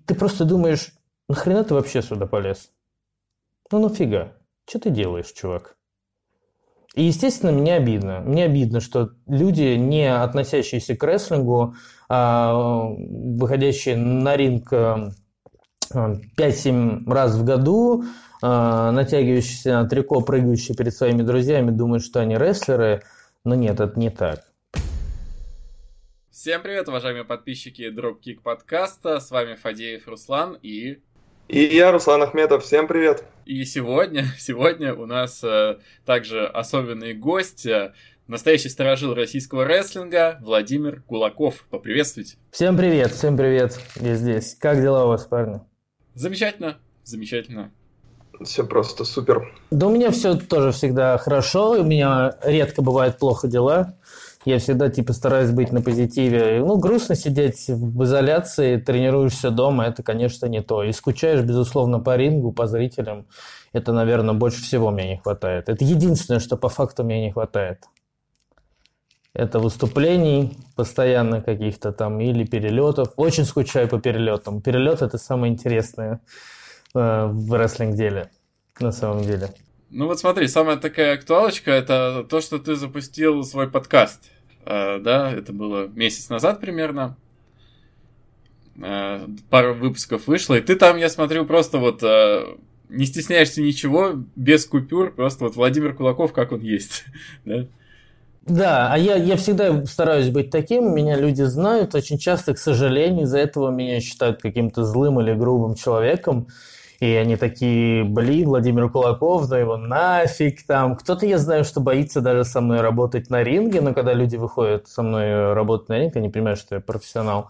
ты просто думаешь, нахрена ты вообще сюда полез? Ну нафига? Что ты делаешь, чувак? И, естественно, мне обидно. Мне обидно, что люди, не относящиеся к рестлингу, выходящие на ринг 5-7 раз в году, натягивающиеся на трико, прыгающие перед своими друзьями, думают, что они рестлеры. Но нет, это не так. Всем привет, уважаемые подписчики Dropkick подкаста. С вами Фадеев Руслан и я, Руслан Ахметов. Всем привет. И сегодня у нас также особенный гость, настоящий старожил российского рестлинга Владимир Кулаков. Поприветствуйте. Всем привет, я здесь. Как дела у вас, парни? Замечательно. Все просто супер. Да у меня все тоже всегда хорошо, у меня редко бывают плохо дела. Я всегда стараюсь быть на позитиве. Грустно сидеть в изоляции, тренируешься дома, это, конечно, не то. И скучаешь, безусловно, по рингу, по зрителям. Это, наверное, больше всего мне не хватает. Это единственное, что по факту мне не хватает. Это выступлений постоянно каких-то там или перелетов. Очень скучаю по перелетам. Перелет – это самое интересное в рестлинг-деле, на самом деле. Смотри, самая такая актуалочка – это то, что ты запустил свой подкаст. Да, это было месяц назад примерно. Пару выпусков вышло, и ты там, я смотрю, просто не стесняешься ничего, без купюр, просто Владимир Кулаков, как он есть, да? Да, а я всегда стараюсь быть таким, меня люди знают, очень часто, к сожалению, из-за этого меня считают каким-то злым или грубым человеком, и они такие, Владимир Кулаков, да его нафиг там. Кто-то, я знаю, что боится даже со мной работать на ринге, но когда люди выходят со мной работать на ринг, они понимают, что я профессионал.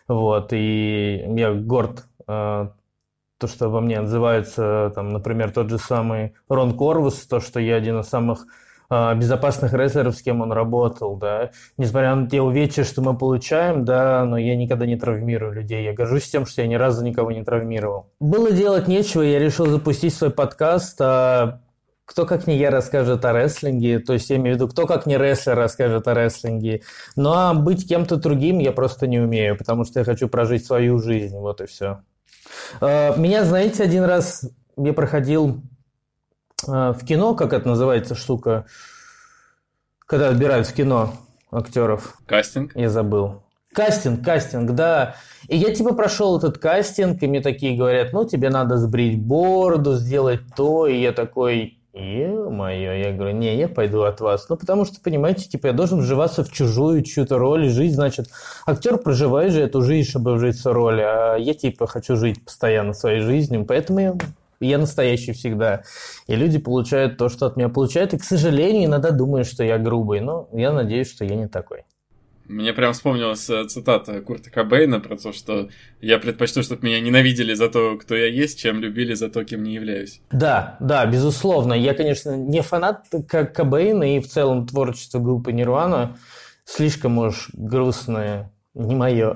И я горд, то, что обо мне отзывается, например, тот же самый Рон Корвус, то, что я один из самых безопасных рестлеров, с кем он работал, да. Несмотря на те увечья, что мы получаем, да, но я никогда не травмирую людей. Я горжусь тем, что я ни разу никого не травмировал. Было делать нечего, я решил запустить свой подкаст. Кто, как не я, расскажет о рестлинге. То есть я имею в виду, кто, как не рестлер, расскажет о рестлинге. Ну, а быть кем-то другим я просто не умею, потому что я хочу прожить свою жизнь, вот и все. Меня, знаете, один раз я проходил в кино, как это называется штука, когда отбирают в кино актеров. Кастинг? Я забыл. Кастинг, да. И я прошел этот кастинг, и мне такие говорят, тебе надо сбрить бороду, сделать то, и я такой, ё-моё, я говорю, не, я пойду от вас. Потому что, понимаете, я должен вживаться в чью-то роль и жить, значит, актер проживает же эту жизнь, чтобы вжиться в роль, а я хочу жить постоянно своей жизнью, поэтому я настоящий всегда. И люди получают то, что от меня получают. И, к сожалению, иногда думают, что я грубый. Но я надеюсь, что я не такой. Мне прям вспомнилась цитата Курта Кобейна про то, что я предпочту, чтобы меня ненавидели за то, кто я есть, чем любили за то, кем не являюсь. Да, безусловно. Я, конечно, не фанат Кобейна и в целом творчество группы Нирвана слишком уж грустное, не мое.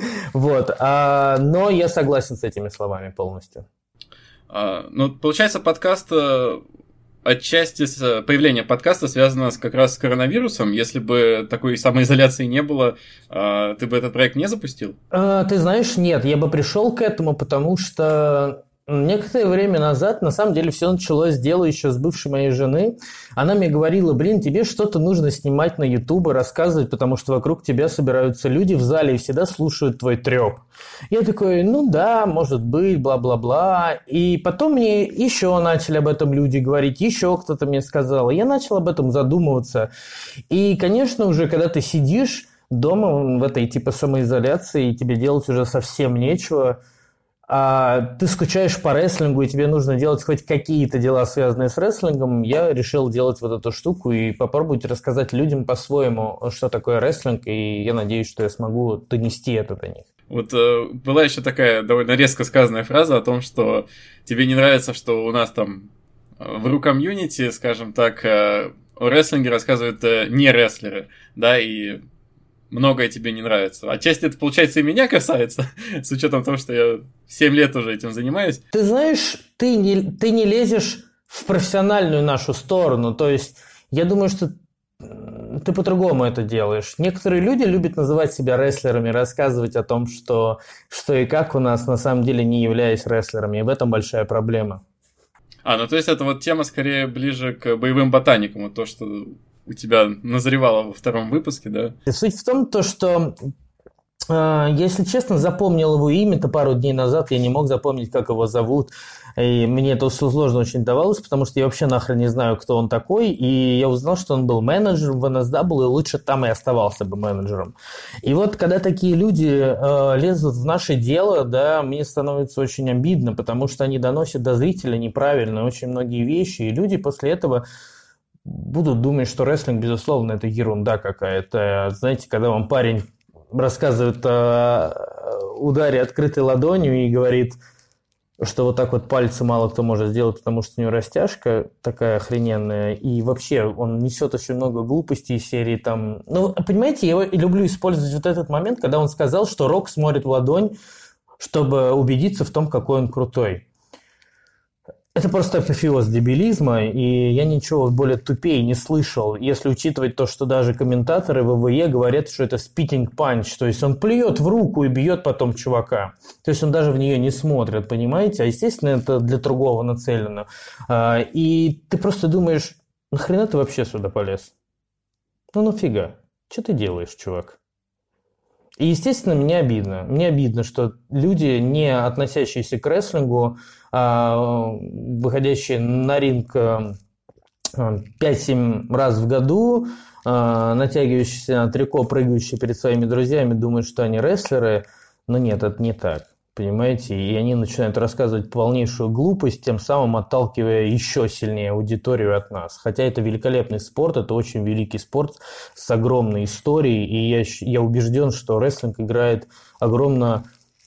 Но я согласен с этими словами полностью. Получается, подкаст, отчасти появление подкаста связано как раз с коронавирусом. Если бы такой самоизоляции не было, ты бы этот проект не запустил? Ты знаешь, нет, я бы пришел к этому, потому что некоторое время назад, на самом деле, все началось с дела еще с бывшей моей жены. Она мне говорила, тебе что-то нужно снимать на YouTube, рассказывать, потому что вокруг тебя собираются люди в зале и всегда слушают твой треп. Я такой, да, может быть, бла-бла-бла. И потом мне еще начали об этом люди говорить, еще кто-то мне сказал. И я начал об этом задумываться. И, конечно, уже когда ты сидишь дома в этой самоизоляции, и тебе делать уже совсем нечего, а ты скучаешь по рестлингу, и тебе нужно делать хоть какие-то дела, связанные с рестлингом, я решил делать эту штуку и попробовать рассказать людям по-своему, что такое рестлинг, и я надеюсь, что я смогу донести это до них. Была еще такая довольно резко сказанная фраза о том, что тебе не нравится, что у нас там в ру-комьюнити, скажем так, о рестлинге рассказывают не рестлеры, да, и многое тебе не нравится. Отчасти это, получается, и меня касается, с учетом того, что я 7 лет уже этим занимаюсь. Ты знаешь, ты не лезешь в профессиональную нашу сторону. То есть, я думаю, что ты по-другому это делаешь. Некоторые люди любят называть себя рестлерами, рассказывать о том, что и как у нас, на самом деле не являясь рестлерами. И в этом большая проблема. Ну то есть это вот тема скорее ближе к боевым ботаникам, вот то, что у тебя назревало во втором выпуске, да? Суть в том, что, если честно, запомнил его имя-то пару дней назад, я не мог запомнить, как его зовут. И мне это сложно очень давалось, потому что я вообще нахрен не знаю, кто он такой. И я узнал, что он был менеджером в NSW, и лучше там и оставался бы менеджером. И вот, когда такие люди лезут в наше дело, да, мне становится очень обидно, потому что они доносят до зрителя неправильно очень многие вещи, и люди после этого будут думать, что рестлинг, безусловно, это ерунда какая-то. Знаете, когда вам парень рассказывает о ударе открытой ладонью и говорит, что вот так вот пальцы мало кто может сделать, потому что у него растяжка такая охрененная, и вообще он несет очень много глупостей из серии там... Ну, понимаете, я люблю использовать вот этот момент, когда он сказал, что Рок смотрит в ладонь, чтобы убедиться в том, какой он крутой. Это просто апофеоз дебилизма, и я ничего более тупее не слышал, если учитывать то, что даже комментаторы ВВЕ говорят, что это спитинг панч, то есть он плюет в руку и бьет потом чувака. То есть он даже в нее не смотрит, понимаете? А естественно, это для другого нацелено. И ты просто думаешь, нахрена ты вообще сюда полез? Ну нафига? Что ты делаешь, чувак? И, естественно, мне обидно. Мне обидно, что люди, не относящиеся к рестлингу, выходящие на ринг 5-7 раз в году, натягивающиеся на трико, прыгающие перед своими друзьями, думают, что они рестлеры. Но нет, это не так. Понимаете? И они начинают рассказывать полнейшую глупость, тем самым отталкивая еще сильнее аудиторию от нас. Хотя это великолепный спорт, это очень великий спорт с огромной историей, и я убежден, что рестлинг играет огромную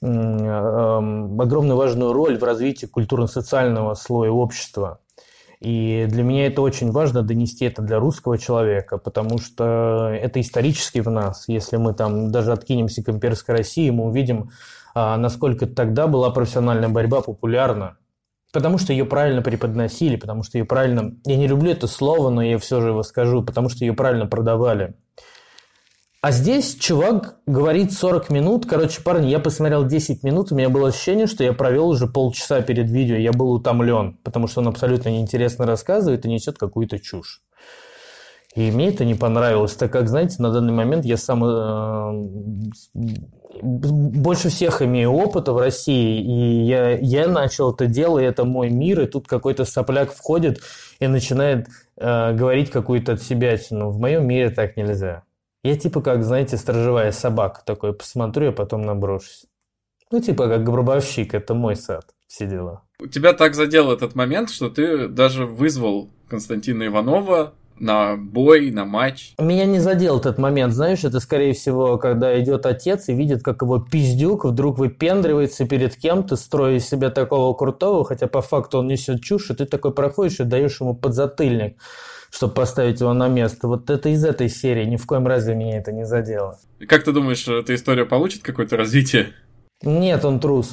важную роль в развитии культурно-социального слоя общества. И для меня это очень важно донести это для русского человека, потому что это исторически в нас. Если мы там даже откинемся к имперской России, мы увидим, насколько тогда была профессиональная борьба популярна. Потому что ее правильно преподносили, потому что ее правильно... Я не люблю это слово, но я все же его скажу, потому что ее правильно продавали. А здесь чувак говорит 40 минут. Короче, парни, я посмотрел 10 минут, у меня было ощущение, что я провел уже полчаса перед видео. Я был утомлен, потому что он абсолютно неинтересно рассказывает и несет какую-то чушь. И мне это не понравилось, так как, знаете, на данный момент я сам больше всех имею опыта в России, и я начал это дело, и это мой мир, и тут какой-то сопляк входит и начинает говорить какую-то отсебятину. В моем мире так нельзя. Я типа как, знаете, сторожевая собака такой, посмотрю, а потом наброшусь. Ну, типа как гробовщик, это мой сад, все дела. У тебя так задел этот момент, что ты даже вызвал Константина Иванова на бой, на матч. Меня не задел этот момент, знаешь, это скорее всего, когда идет отец и видит, как его пиздюк вдруг выпендривается перед кем-то, строя из себя такого крутого, хотя по факту он несет чушь, и ты такой проходишь и даешь ему подзатыльник, чтобы поставить его на место. Вот это из этой серии, ни в коем разе меня это не задело. И как ты думаешь, эта история получит какое-то развитие? Нет, он трус.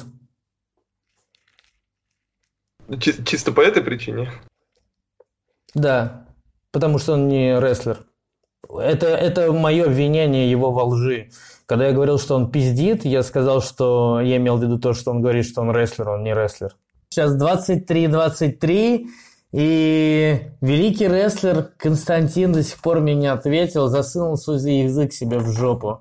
Чисто по этой причине? Да. Потому что он не рестлер. Это мое обвинение его во лжи. Когда я говорил, что он пиздит, я сказал, что я имел в виду то, что он говорит, что он рестлер, он не рестлер. Сейчас 23:23, и великий рестлер Константин до сих пор мне не ответил, засунул свой язык себе в жопу.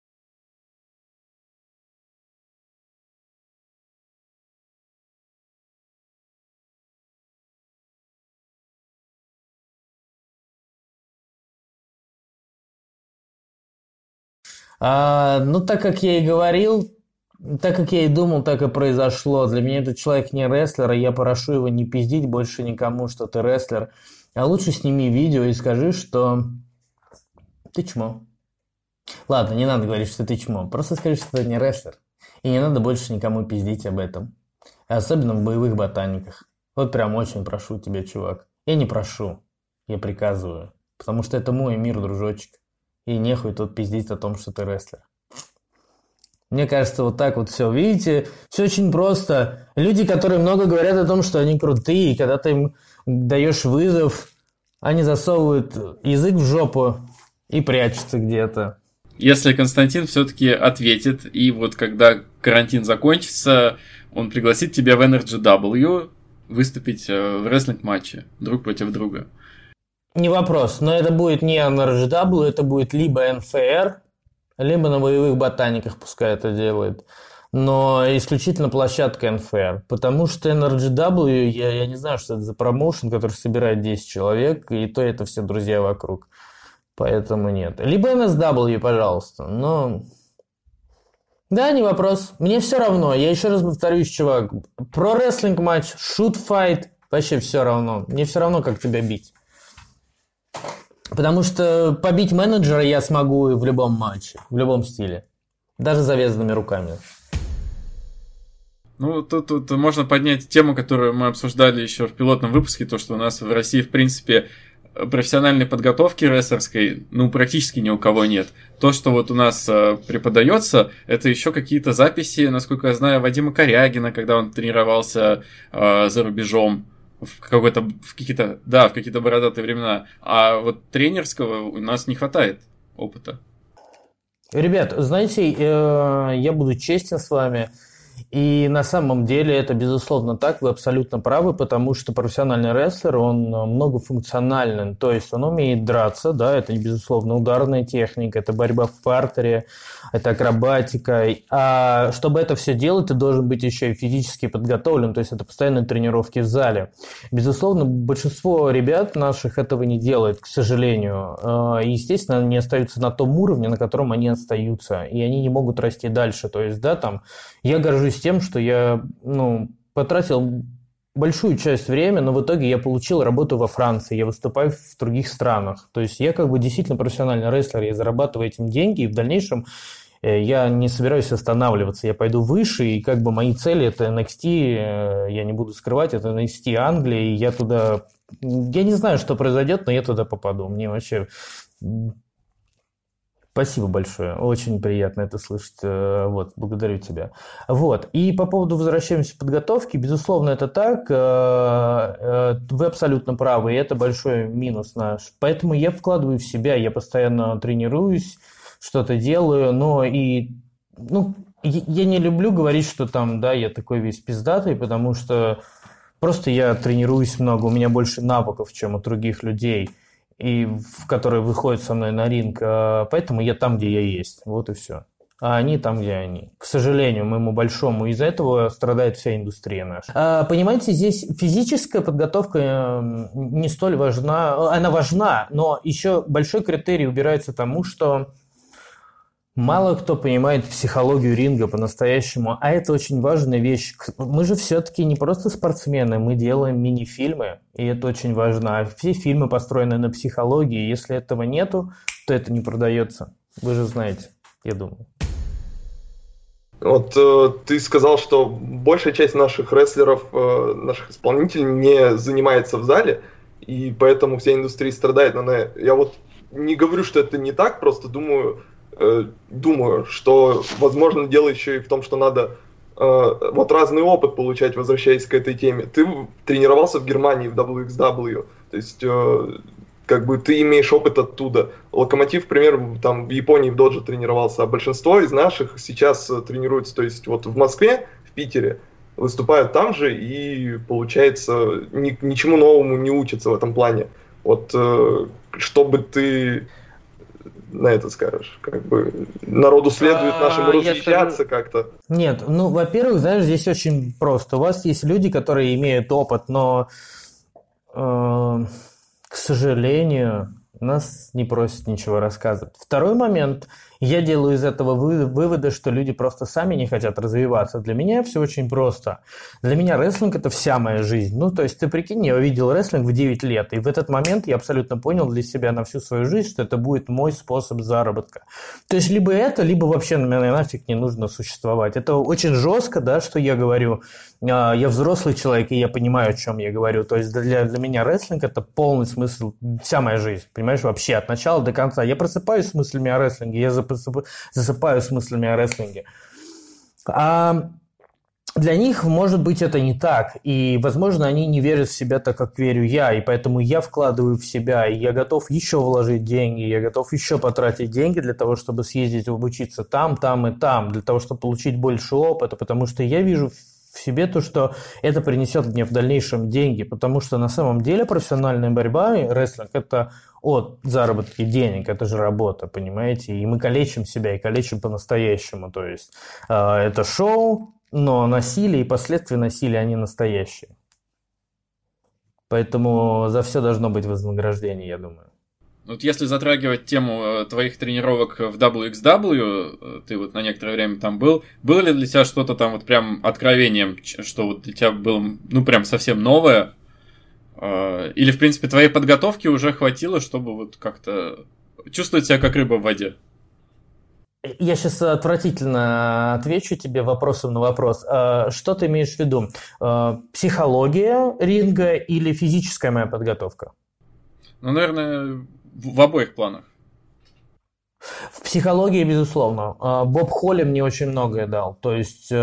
Ну, так как я и говорил, так как я и думал, так и произошло. Для меня этот человек не рестлер, и я прошу его не пиздить больше никому, что ты рестлер. А лучше сними видео и скажи, что ты чмо. Ладно, не надо говорить, что ты чмо. Просто скажи, что ты не рестлер. И не надо больше никому пиздить об этом. Особенно в боевых ботаниках. Вот прям очень прошу тебя, чувак. Я не прошу, я приказываю. Потому что это мой мир, дружочек. И нехуй тут пиздить о том, что ты рестлер. Мне кажется, вот так вот все. Видите, все очень просто. Люди, которые много говорят о том, что они крутые, и когда ты им даешь вызов, они засовывают язык в жопу И прячется где-то. Если Константин все-таки ответит, и вот когда карантин закончится, он пригласит тебя в NRGW выступить в рестлинг-матче друг против друга. Не вопрос, но это будет не NRGW, это будет либо NFR, либо на боевых ботаниках пускай это делает. Но исключительно площадка NFR, потому что NRGW, я не знаю, что это за промоушен, который собирает 10 человек, и то это все друзья вокруг. Поэтому нет. Либо NSW, пожалуйста. Но... Да, не вопрос. Мне все равно. Я еще раз повторюсь, чувак. Про-рестлинг матч, шут-файт. Вообще все равно. Мне все равно, как тебя бить. Потому что побить менеджера я смогу в любом матче. В любом стиле. Даже завязанными руками. Ну, тут можно поднять тему, которую мы обсуждали еще в пилотном выпуске. То, что у нас в России, в принципе... профессиональной подготовки рестлерской, практически ни у кого нет. То, что вот у нас преподается, это еще какие-то записи, насколько я знаю, Вадима Корягина, когда он тренировался за рубежом в какие-то бородатые времена. А вот тренерского у нас не хватает опыта. Ребят, знаете, я буду честен с вами. И на самом деле это, безусловно, так, вы абсолютно правы, потому что профессиональный рестлер, он многофункционален, то есть он умеет драться, да, это, безусловно, ударная техника, это борьба в партере, это акробатика, а чтобы это все делать, ты должен быть еще и физически подготовлен, то есть это постоянные тренировки в зале. Безусловно, большинство ребят наших этого не делает, к сожалению, и, естественно, они остаются на том уровне, на котором они остаются, и они не могут расти дальше, то есть, да, там, я горжусь тем, что я потратил большую часть времени, но в итоге я получил работу во Франции, я выступаю в других странах. То есть я действительно профессиональный рестлер, я зарабатываю этим деньги, и в дальнейшем я не собираюсь останавливаться, я пойду выше, и мои цели это NXT, я не буду скрывать, это NXT Англия, и я туда... Я не знаю, что произойдет, но я туда попаду. Мне вообще... Спасибо большое, очень приятно это слышать, благодарю тебя. И по поводу возвращаемся к подготовке, безусловно, это так, вы абсолютно правы, и это большой минус наш. Поэтому я вкладываю в себя, я постоянно тренируюсь, что-то делаю, я не люблю говорить, что там, да, я такой весь пиздатый, потому что просто я тренируюсь много, у меня больше навыков, чем у других людей. И в которые выходят со мной на ринг, поэтому я там, где я есть, вот и все. А они там, где они. К сожалению, моему большому, из-за этого страдает вся индустрия наша. Понимаете, здесь физическая подготовка не столь важна, она важна, но еще большой критерий убирается тому, что мало кто понимает психологию ринга по-настоящему, а это очень важная вещь. Мы же все-таки не просто спортсмены, мы делаем мини-фильмы, и это очень важно. А все фильмы построены на психологии, если этого нету, то это не продается. Вы же знаете, я думаю. Ты сказал, что большая часть наших рестлеров, наших исполнителей не занимается в зале, и поэтому вся индустрия страдает. Но я не говорю, что это не так, просто думаю, что, возможно, дело еще и в том, что надо разный опыт получать, возвращаясь к этой теме. Ты тренировался в Германии, в WXW, то есть ты имеешь опыт оттуда. Локомотив, к примеру, там в Японии, в Додже тренировался, а большинство из наших сейчас тренируются, то есть в Москве, в Питере, выступают там же и, получается, ничему новому не учатся в этом плане. Что бы ты на это скажешь? Народу следует нашему разъезжаться как-то? Нет, во-первых, знаешь, здесь очень просто. У вас есть люди, которые имеют опыт, но, к сожалению, нас не просят ничего рассказывать. Второй момент. Я делаю из этого вывода, что люди просто сами не хотят развиваться. Для меня все очень просто. Для меня рестлинг – это вся моя жизнь. То есть, ты прикинь, я увидел рестлинг в 9 лет, и в этот момент я абсолютно понял для себя на всю свою жизнь, что это будет мой способ заработка. То есть, либо это, либо вообще мне нафиг не нужно существовать. Это очень жестко, да, что я говорю. Я взрослый человек, и я понимаю, о чем я говорю. То есть, для меня рестлинг – это полный смысл, вся моя жизнь. Понимаешь, вообще от начала до конца. Я просыпаюсь с мыслями о рестлинге, я засыпаю с мыслями о рестлинге. для них, может быть, это не так, и, возможно, они не верят в себя так, как верю я, и поэтому я вкладываю в себя, и я готов еще вложить деньги, я готов еще потратить деньги для того, чтобы съездить обучиться там, там и там, для того, чтобы получить больше опыта, потому что я вижу в себе то, что это принесет мне в дальнейшем деньги, потому что на самом деле профессиональная борьба и рестлинг – это от заработки денег, это же работа, понимаете, и мы калечим себя, и калечим по-настоящему, то есть это шоу, но насилие и последствия насилия, они настоящие. Поэтому за все должно быть вознаграждение, я думаю. Вот если затрагивать тему твоих тренировок в WXW, ты вот на некоторое время там был, было ли для тебя что-то там вот прям откровением, что вот для тебя было, ну, прям совсем новое? Или, в принципе, твоей подготовки уже хватило, чтобы вот как-то чувствовать себя как рыба в воде? Я сейчас отвратительно отвечу тебе вопросом на вопрос. Что ты имеешь в виду? Психология ринга или физическая моя подготовка? Ну, наверное, в обоих планах. В психологии, безусловно. Боб Холли мне очень многое дал. То есть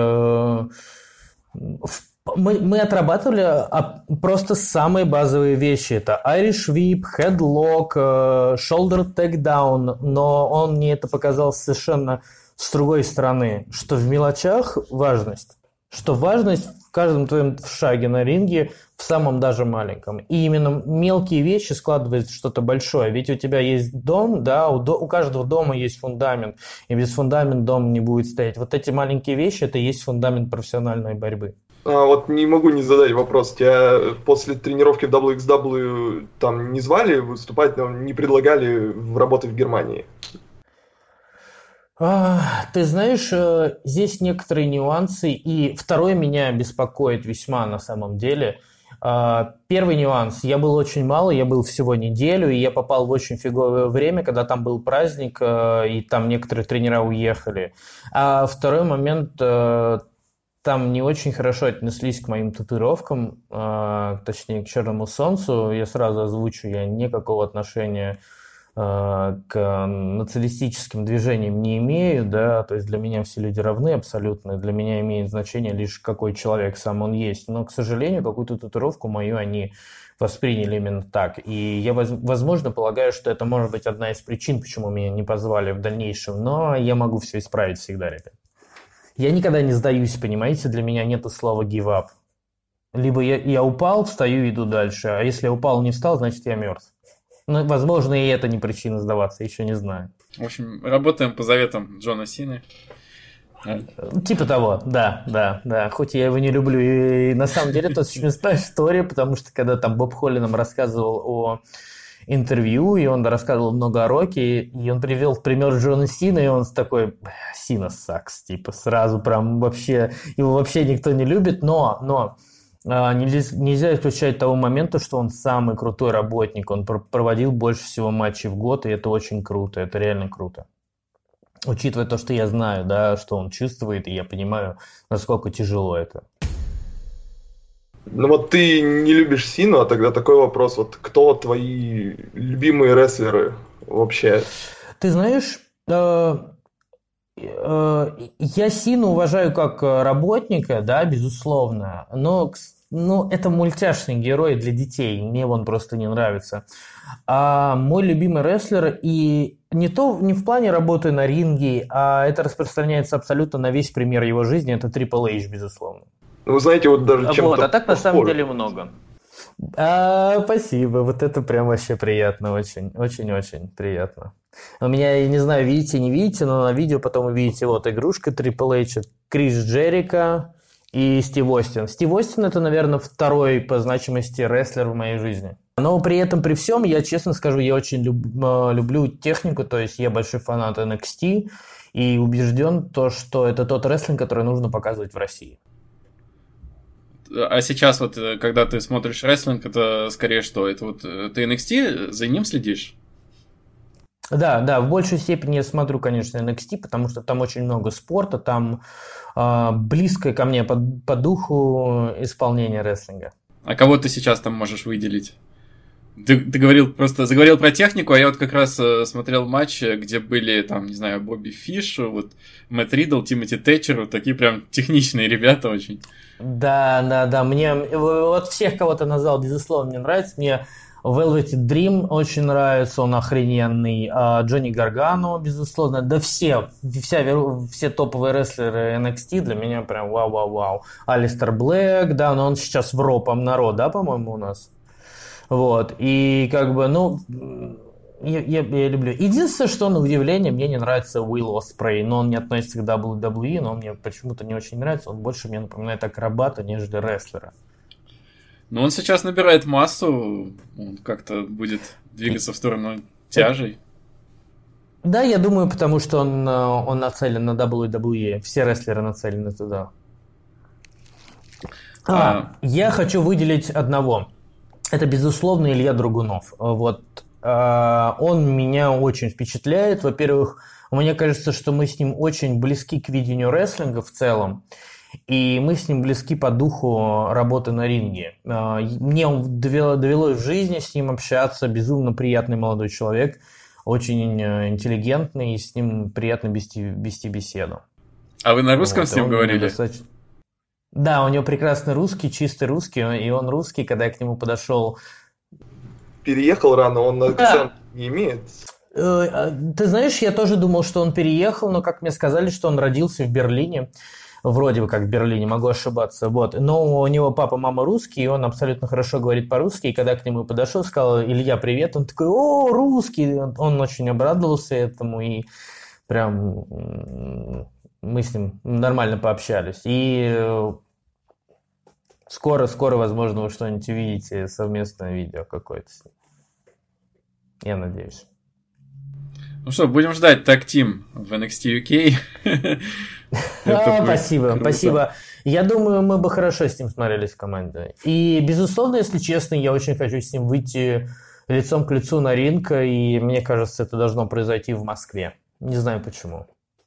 мы отрабатывали просто самые базовые вещи. Это Irish Whip, Headlock, Shoulder Takedown, но он мне это показал совершенно с другой стороны, что в мелочах важность, что важность в каждом твоем шаге на ринге, в самом даже маленьком. И именно мелкие вещи складывают что-то большое. Ведь у тебя есть дом, да, у каждого дома есть фундамент, и без фундамента дом не будет стоять. Вот эти маленькие вещи, это и есть фундамент профессиональной борьбы. Вот не могу не задать вопрос. Тебя после тренировки в WXW там не звали выступать, не предлагали работать в Германии? Ты знаешь, здесь некоторые нюансы, и второй меня беспокоит весьма на самом деле. Первый нюанс. Я был очень мало, я был всего неделю, и я попал в очень фиговое время, когда там был праздник, и там некоторые тренера уехали. А второй момент, там не очень хорошо отнеслись к моим татуировкам, точнее, к Черному Солнцу. Я сразу озвучу, я никакого отношения к националистическим движениям не имею, да, то есть для меня все люди равны абсолютно, для меня имеет значение лишь какой человек сам он есть, но, к сожалению, какую-то татуировку мою они восприняли именно так, и я, возможно, полагаю, что это может быть одна из причин, почему меня не позвали в дальнейшем, но я могу все исправить всегда, ребят. Я никогда не сдаюсь, понимаете, для меня нет слова give up. Либо я упал, встаю, иду дальше, а если я упал, не встал, значит я мертв. Ну, возможно, и это не причина сдаваться, еще не знаю. В общем, работаем по заветам Джона Сины. Типа того, да. Хоть я его не люблю. И на самом деле это очень смешная история, потому что когда там Боб Холли нам рассказывал о интервью, и он рассказывал много о роке, и он привел в пример Джона Сина, и он такой, Сина сакс, типа сразу прям вообще, его вообще никто не любит, но нельзя исключать того момента, что он самый крутой работник, он проводил больше всего матчей в год, и это очень круто, это реально круто. Учитывая то, что я знаю, да, что он чувствует, и я понимаю, насколько тяжело это. Ну вот ты не любишь Сину, а тогда такой вопрос, вот кто твои любимые рестлеры вообще? Ты знаешь, я Сину уважаю как работника, да, безусловно, но это мультяшный герой для детей, мне он просто не нравится. А мой любимый рестлер, и не в плане работы на ринге, а это распространяется абсолютно на весь пример его жизни, это Triple H, безусловно. Вы знаете, вот даже чем-то вот, а так похоже. На самом деле много. Спасибо, вот это прям вообще приятно, очень-очень приятно. У меня, я не знаю, видите, не видите, но на видео потом увидите вот игрушка Triple H, Крис Джерико и Стив Остин. Стив Остин это, наверное, второй по значимости рестлер в моей жизни. Но при этом, при всем, я честно скажу, я очень люблю технику, то есть я большой фанат NXT и убежден, что это тот рестлинг, который нужно показывать в России. А сейчас вот, когда ты смотришь рестлинг, это скорее что? Это вот ты NXT, за ним следишь? Да, в большей степени я смотрю, конечно, NXT, потому что там очень много спорта, там близкое ко мне по духу исполнение рестлинга. А кого ты сейчас там можешь выделить Ты говорил, просто заговорил про технику, а я вот как раз смотрел матч, где были, там, не знаю, Бобби Фиш, вот Мэтт Ридл, Тимоти Тэтчер, вот такие прям техничные ребята очень. Да, мне вот всех, кого ты назвал, безусловно, мне нравится. Мне Velvet Dream очень нравится, он охрененный. Джонни Гаргано, безусловно. Да все топовые рестлеры NXT для меня прям вау-вау-вау. Алистер Блэк, да, но он сейчас в Ро народ, да, по-моему, у нас. Вот, и как бы, ну, я люблю. Единственное, что на удивление, мне не нравится Уилл Оспрей, но он не относится к WWE, но он мне почему-то не очень нравится, он больше мне напоминает акробата, нежели рестлера. Но он сейчас набирает массу, он как-то будет двигаться в сторону тяжей. Да, я думаю, потому что он нацелен на WWE, все рестлеры нацелены туда. Я хочу выделить одного. Это, безусловно, Илья Драгунов. Вот. Он меня очень впечатляет. Во-первых, мне кажется, что мы с ним очень близки к видению рестлинга в целом. И мы с ним близки по духу работы на ринге. Мне довелось в жизни с ним общаться. Безумно приятный молодой человек. Очень интеллигентный. И с ним приятно вести беседу. А вы на русском с ним говорили? Да, у него прекрасный русский, чистый русский, и он русский, когда я к нему подошел. Переехал рано, он акцент не имеет. Ты знаешь, я тоже думал, что он переехал, но как мне сказали, что он родился в Берлине, вроде бы как в Берлине, могу ошибаться, вот. Но у него папа, мама русский, и он абсолютно хорошо говорит по-русски, и когда к нему подошел, сказал: Илья, привет, он такой: о, русский, он очень обрадовался этому, и прям... Мы с ним нормально пообщались. И скоро, возможно, вы что-нибудь увидите, совместное видео какое-то с ним. Я надеюсь. Ну что, будем ждать таг-тим в NXT UK. Спасибо. Я думаю, мы бы хорошо с ним смотрелись в команде. И, безусловно, если честно, я очень хочу с ним выйти лицом к лицу на ринг, и мне кажется, это должно произойти в Москве. Не знаю почему.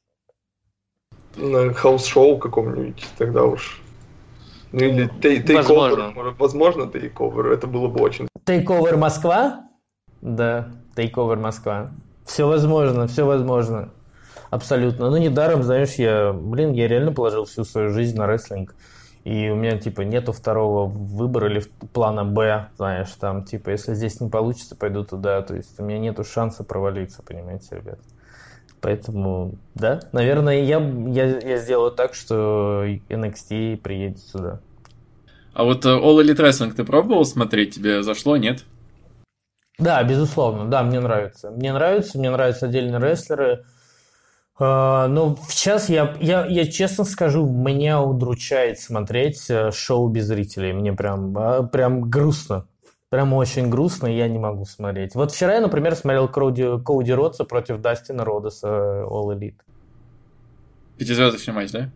На хаус-шоу каком-нибудь тогда уж. Ну или тейковер. Возможно, тейковер. Это было бы очень... Тейковер Москва? Да, тейковер Москва. Все возможно. Абсолютно. Ну, недаром, знаешь, я реально положил всю свою жизнь на рестлинг. И у меня, нету второго выбора или плана Б, знаешь, там, если здесь не получится, пойду туда. То есть у меня нету шанса провалиться, понимаете, ребят. Поэтому, да, наверное, я сделаю так, что NXT приедет сюда. А вот All Elite Wrestling ты пробовал смотреть? Тебе зашло, нет? Да, безусловно, да, мне нравится. Мне нравятся отдельные рестлеры. Но сейчас я честно скажу, меня удручает смотреть шоу без зрителей. Мне прям грустно. Прям очень грустно, и я не могу смотреть. Вот вчера я, например, смотрел Коуди Родса против Дастина Родеса All Elite. 5-звездочный матч, да?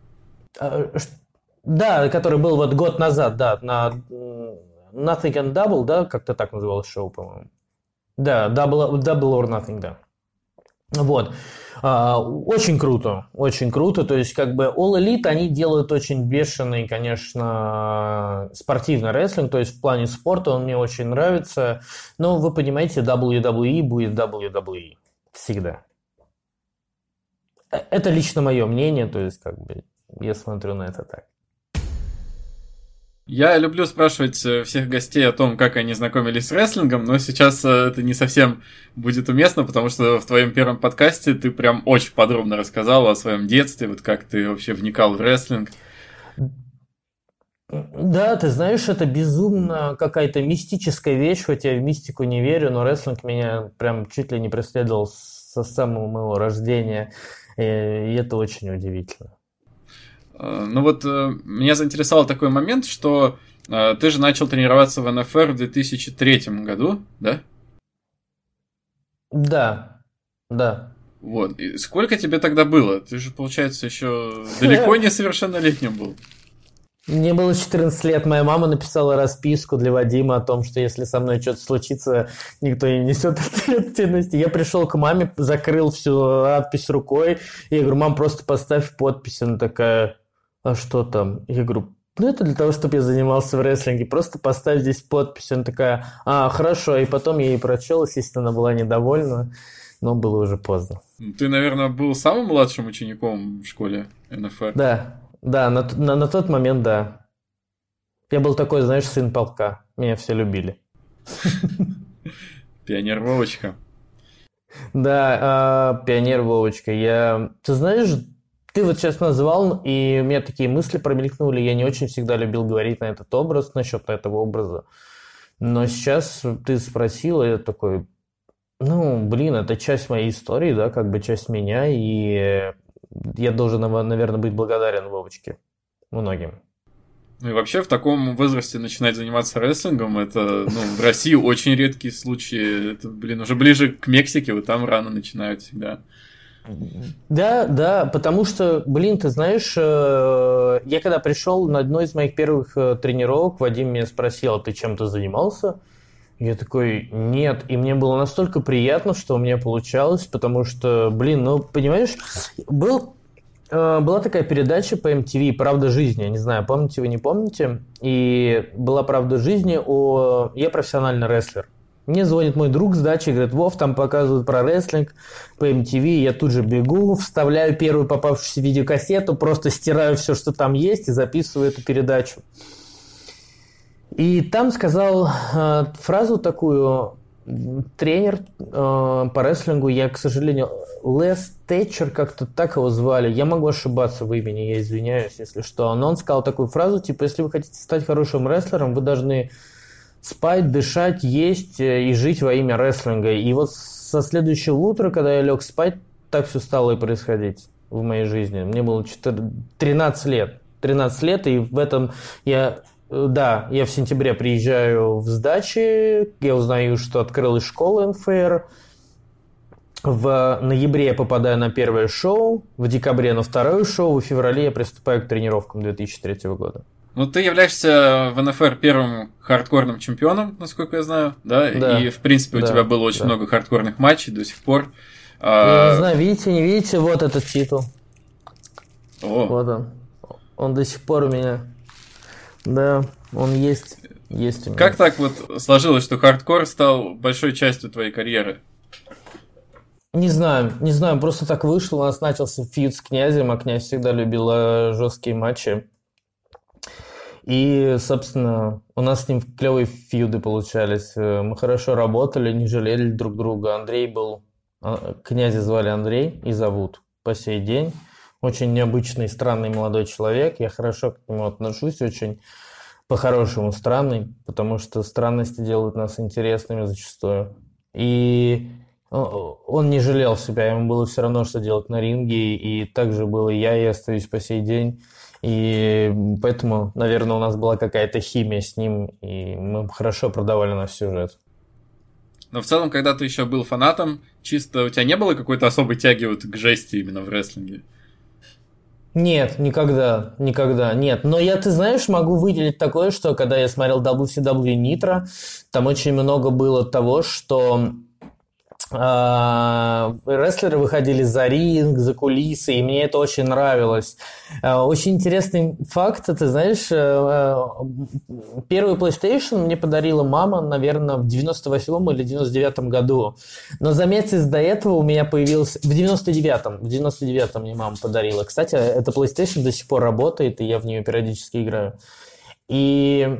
Да, который был вот год назад, да, на Nothing and Double, да, как-то так называлось шоу, по-моему. Да, Double or Nothing, да. Вот. Очень круто, то есть All Elite, они делают очень бешеный, конечно, спортивный рестлинг, то есть в плане спорта он мне очень нравится, но вы понимаете, WWE будет WWE, всегда. Это лично мое мнение, то есть я смотрю на это так. Я люблю спрашивать всех гостей о том, как они знакомились с рестлингом, но сейчас это не совсем будет уместно, потому что в твоем первом подкасте ты прям очень подробно рассказал о своем детстве, вот как ты вообще вникал в рестлинг. Да, ты знаешь, это безумно какая-то мистическая вещь, хоть я в мистику не верю, но рестлинг меня прям чуть ли не преследовал со самого моего рождения, и это очень удивительно. Ну вот меня заинтересовал такой момент, что ты же начал тренироваться в НФР в 2003 году, да? Да. Вот. И сколько тебе тогда было? Ты же, получается, еще далеко не совершеннолетним был. Мне было 14 лет, моя мама написала расписку для Вадима о том, что если со мной что-то случится, никто не несет ответственности. Я пришел к маме, закрыл всю надпись рукой, и я говорю: мам, просто поставь подпись. Она такая: а что там? Я говорю: ну, это для того, чтобы я занимался в рестлинге. Просто поставь здесь подпись. Она такая, хорошо. И потом я ей прочел, естественно, она была недовольна, но было уже поздно. Ты, наверное, был самым младшим учеником в школе НФР? Да, на тот момент, да. Я был такой, знаешь, сын полка. Меня все любили. Пионер Вовочка. Да, пионер Вовочка. Ты знаешь, ты вот сейчас назвал, и у меня такие мысли промелькнули. Я не очень всегда любил говорить на этот образ, насчет этого образа. Но сейчас ты спросил, и я такой, это часть моей истории, да, как бы часть меня, и я должен, наверное, быть благодарен Вовочке многим. Ну и вообще в таком возрасте начинать заниматься рестлингом, это, в России очень редкие случаи. Это, уже ближе к Мексике, вот там рано начинают всегда. Да, потому что, ты знаешь, я когда пришел на одну из моих первых тренировок, Вадим меня спросил, а ты чем-то занимался? Я такой, нет, и мне было настолько приятно, что у меня получалось, потому что, понимаешь, была такая передача по MTV «Правда жизни», я не знаю, помните вы, не помните, и была «Правда жизни» я профессиональный рестлер. Мне звонит мой друг с дачи, говорит, Вов, там показывают про рестлинг по MTV, я тут же бегу, вставляю первую попавшуюся видеокассету, просто стираю все, что там есть, и записываю эту передачу. И там сказал фразу такую тренер по рестлингу, я, к сожалению, Лес Тэтчер, как-то так его звали, я могу ошибаться в имени, я извиняюсь, если что, но он сказал такую фразу, типа, если вы хотите стать хорошим рестлером, вы должны спать, дышать, есть и жить во имя рестлинга. И вот со следующего утра, когда я лег спать, так все стало и происходить в моей жизни. Мне было 13 лет. 13 лет, и в этом я в сентябре приезжаю в Сдачи, я узнаю, что открылась школа НФР. В ноябре я попадаю на первое шоу, в декабре на второе шоу, в феврале я приступаю к тренировкам 2003 года. Ты являешься в НФР первым хардкорным чемпионом, насколько я знаю, да? И, в принципе, у тебя было очень много хардкорных матчей до сих пор. Я не знаю, видите, не видите, вот этот титул. Вот он. Он до сих пор у меня. Да, он есть у меня. Как так сложилось, что хардкор стал большой частью твоей карьеры? Не знаю, просто так вышло. У нас начался фьюд с Князем, а Князь всегда любил жесткие матчи. И, собственно, у нас с ним клевые фьюды получались. Мы хорошо работали, не жалели друг друга. Князя звали Андрей и зовут по сей день. Очень необычный, странный молодой человек. Я хорошо к нему отношусь, очень по-хорошему странный, потому что странности делают нас интересными зачастую. И он не жалел себя, ему было все равно, что делать на ринге, и так же было и я остаюсь по сей день. И поэтому, наверное, у нас была какая-то химия с ним, и мы хорошо продавали наш сюжет. Но в целом, когда ты еще был фанатом, чисто у тебя не было какой-то особой тяги к жести именно в рестлинге? Нет, никогда, нет. Но ты знаешь, могу выделить такое, что когда я смотрел WCW Nitro, там очень много было того, что рестлеры выходили за ринг, за кулисы, и мне это очень нравилось. Очень интересный факт, ты знаешь, первый PlayStation мне подарила мама, наверное, в 98-м или 99-м году. Но за месяц до этого у меня появился... В 99-м мне мама подарила. Кстати, эта PlayStation до сих пор работает, и я в нее периодически играю. И...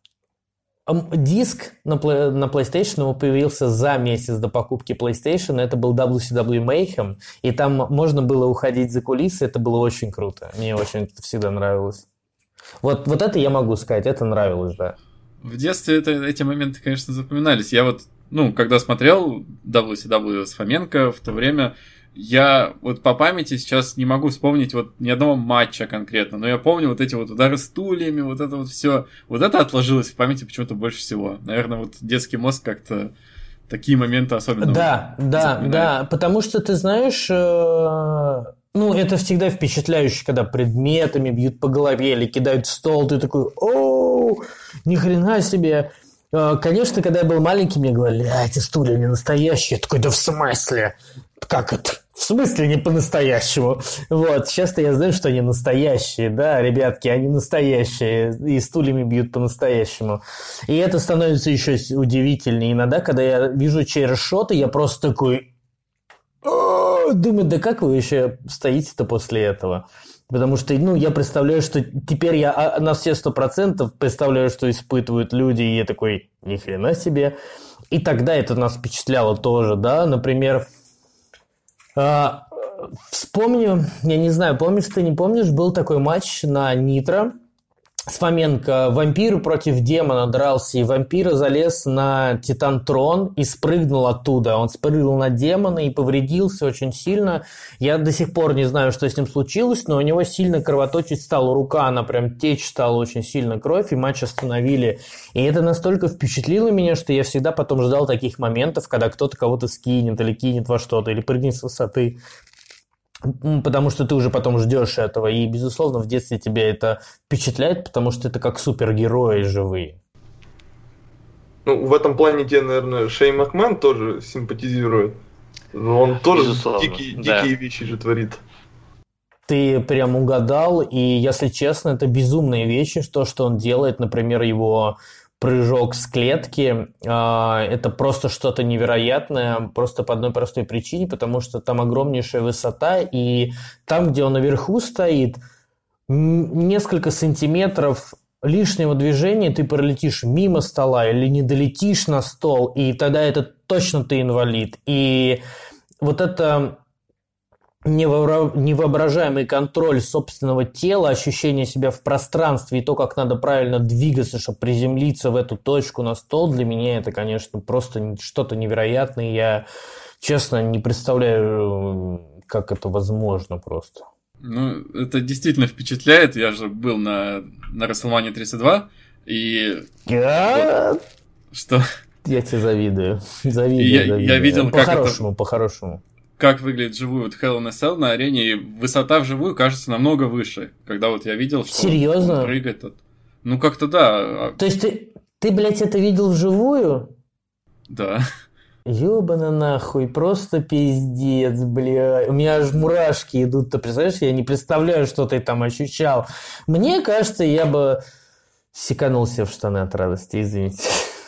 Диск на PlayStation появился за месяц до покупки PlayStation. Это был WCW Mayhem. И там можно было уходить за кулисы. Это было очень круто. Мне очень это всегда нравилось. Вот это я могу сказать. Это нравилось, да. В детстве эти моменты, конечно, запоминались. Я когда смотрел WCW с Фоменко в то время, я по памяти сейчас не могу вспомнить ни одного матча конкретно, но я помню эти удары стульями, это все. Это отложилось в памяти почему-то больше всего. Наверное, детский мозг как-то такие моменты особенно запоминает. Да, потому что, ты знаешь, это всегда впечатляюще, когда предметами бьют по голове или кидают в стол, ты такой, ни хрена себе. Конечно, когда я был маленький, мне говорили, эти стулья не настоящие. Я такой, да в смысле? Как это? В смысле не по-настоящему? Вот, сейчас-то я знаю, что они настоящие, да, ребятки, они настоящие, и стульями бьют по-настоящему. И это становится еще удивительнее. Иногда, когда я вижу чейршоты, я просто такой... Думаю, да как вы еще стоите-то после этого? Потому что, я представляю, что теперь я на все 100% представляю, что испытывают люди, и я такой, ни хрена себе. И тогда это нас впечатляло тоже, да, например... Вспомню, я не знаю, помнишь ты, не помнишь, был такой матч на Нитро с Фоменко. Вампир против демона дрался, и вампир залез на Титан-трон и спрыгнул оттуда. Он спрыгнул на демона и повредился очень сильно. Я до сих пор не знаю, что с ним случилось, но у него сильно кровоточить стала рука, она прям течь стала очень сильно кровь, и матч остановили. И это настолько впечатлило меня, что я всегда потом ждал таких моментов, когда кто-то кого-то скинет или кинет во что-то, или прыгнет с высоты. Потому что ты уже потом ждешь этого. И, безусловно, в детстве тебя это впечатляет, потому что это как супергерои живые. Ну, в этом плане тебе, наверное, Шейн Макмен тоже симпатизирует. Он тоже дикие вещи же творит. Ты прям угадал, и, если честно, это безумные вещи, то, что он делает, например, его... прыжок с клетки, это просто что-то невероятное, просто по одной простой причине, потому что там огромнейшая высота, и там, где он наверху стоит, несколько сантиметров лишнего движения ты пролетишь мимо стола или не долетишь на стол, и тогда это точно ты инвалид. И вот это... невоображаемый контроль собственного тела, ощущение себя в пространстве и то, как надо правильно двигаться, чтобы приземлиться в эту точку на стол, для меня это, конечно, просто что-то невероятное. Я, честно, не представляю, как это возможно просто. Ну, это действительно впечатляет. Я же был на WrestleMania 32, и... Вот, что? Я тебе завидую. Завидую. Я видел, По-хорошему. Как выглядит вживую вот Hell in a Cell на арене, и высота вживую кажется намного выше. Когда вот я видел, что серьезно? Он прыгает. Ну, как-то да. То есть ты, блядь, это видел вживую? Да. Ёбана нахуй, просто пиздец, бля. У меня аж мурашки идут, ты представляешь? Я не представляю, что ты там ощущал. Мне кажется, я бы секанулся в штаны от радости, извините.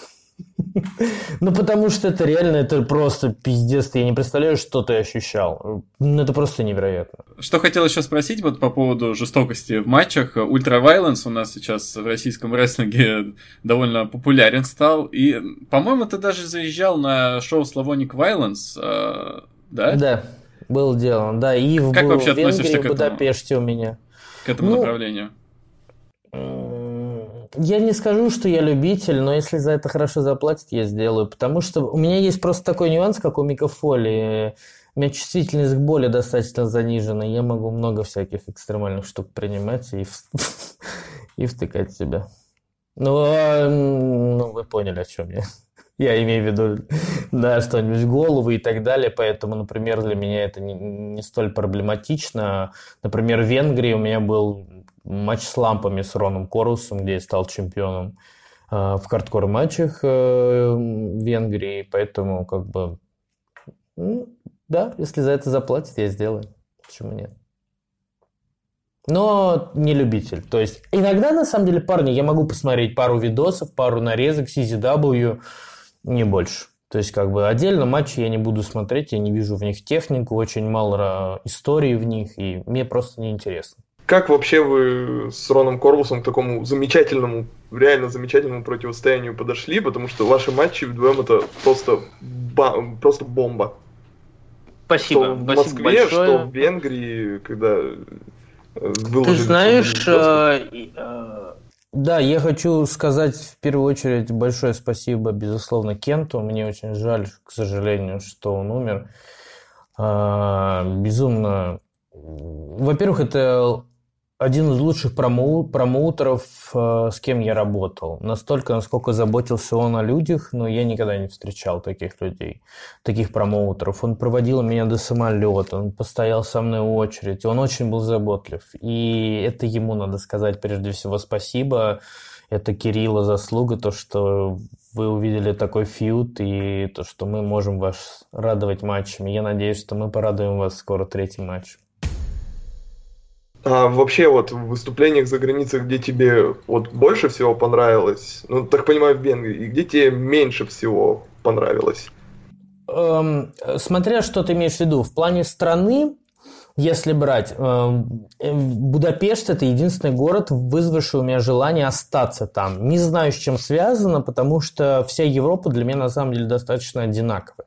Ну, потому что это реально, это просто пиздец. Я не представляю, что ты ощущал. Ну, это просто невероятно. Что хотел еще спросить вот по поводу жестокости в матчах. Ультра Violence у нас сейчас в российском рестлинге довольно популярен стал. И, по-моему, ты даже заезжал на шоу Slavonic Violence, да? Да, был дело. Да, и в Венгрии, в Будапеште у меня. К этому направлению? Я не скажу, что я любитель, но если за это хорошо заплатят, я сделаю. Потому что у меня есть просто такой нюанс, как у Мика Фоли. У меня чувствительность к боли достаточно занижена. Я могу много всяких экстремальных штук принимать и втыкать в себя. Ну, вы поняли, о чем я. Я имею в виду, да, что-нибудь в голову и так далее. Поэтому, например, для меня это не столь проблематично. Например, в Венгрии у меня был матч с лампами с Роном Корусом, где я стал чемпионом в хардкор-матчах в Венгрии. Поэтому, как бы, да, если за это заплатят, я сделаю. Почему нет? Но не любитель. То есть, иногда, на самом деле, парни, я могу посмотреть пару видосов, пару нарезок CZW, не больше. То есть, как бы, отдельно матчи я не буду смотреть, я не вижу в них технику, очень мало истории в них, и мне просто неинтересно. Как вообще вы с Роном Корвусом к такому замечательному, реально замечательному противостоянию подошли? Потому что ваши матчи вдвоем это просто бомба. Спасибо. Что в Москве, большое. Что в Венгрии, когда выложили... Ты знаешь... Да, я хочу сказать в первую очередь большое спасибо, безусловно, Кенту. Мне очень жаль, к сожалению, что он умер. Безумно... Во-первых, это один из лучших промоутеров, с кем я работал. Настолько, насколько заботился он о людях, но я никогда не встречал таких людей, таких промоутеров. Он проводил меня до самолета, он постоял со мной в очередь, он очень был заботлив. И это ему надо сказать прежде всего спасибо. Это Кирилла заслуга, то, что вы увидели такой фьюд и то, что мы можем вас радовать матчами. Я надеюсь, что мы порадуем вас скоро третий матч. А вообще вот в выступлениях за границей, где тебе вот больше всего понравилось, ну, так понимаю, в Венгрии, и где тебе меньше всего понравилось? Смотря что ты имеешь в виду. В плане страны, если брать, Будапешт – это единственный город, вызвавший у меня желание остаться там. Не знаю, с чем связано, потому что вся Европа для меня на самом деле достаточно одинаковая.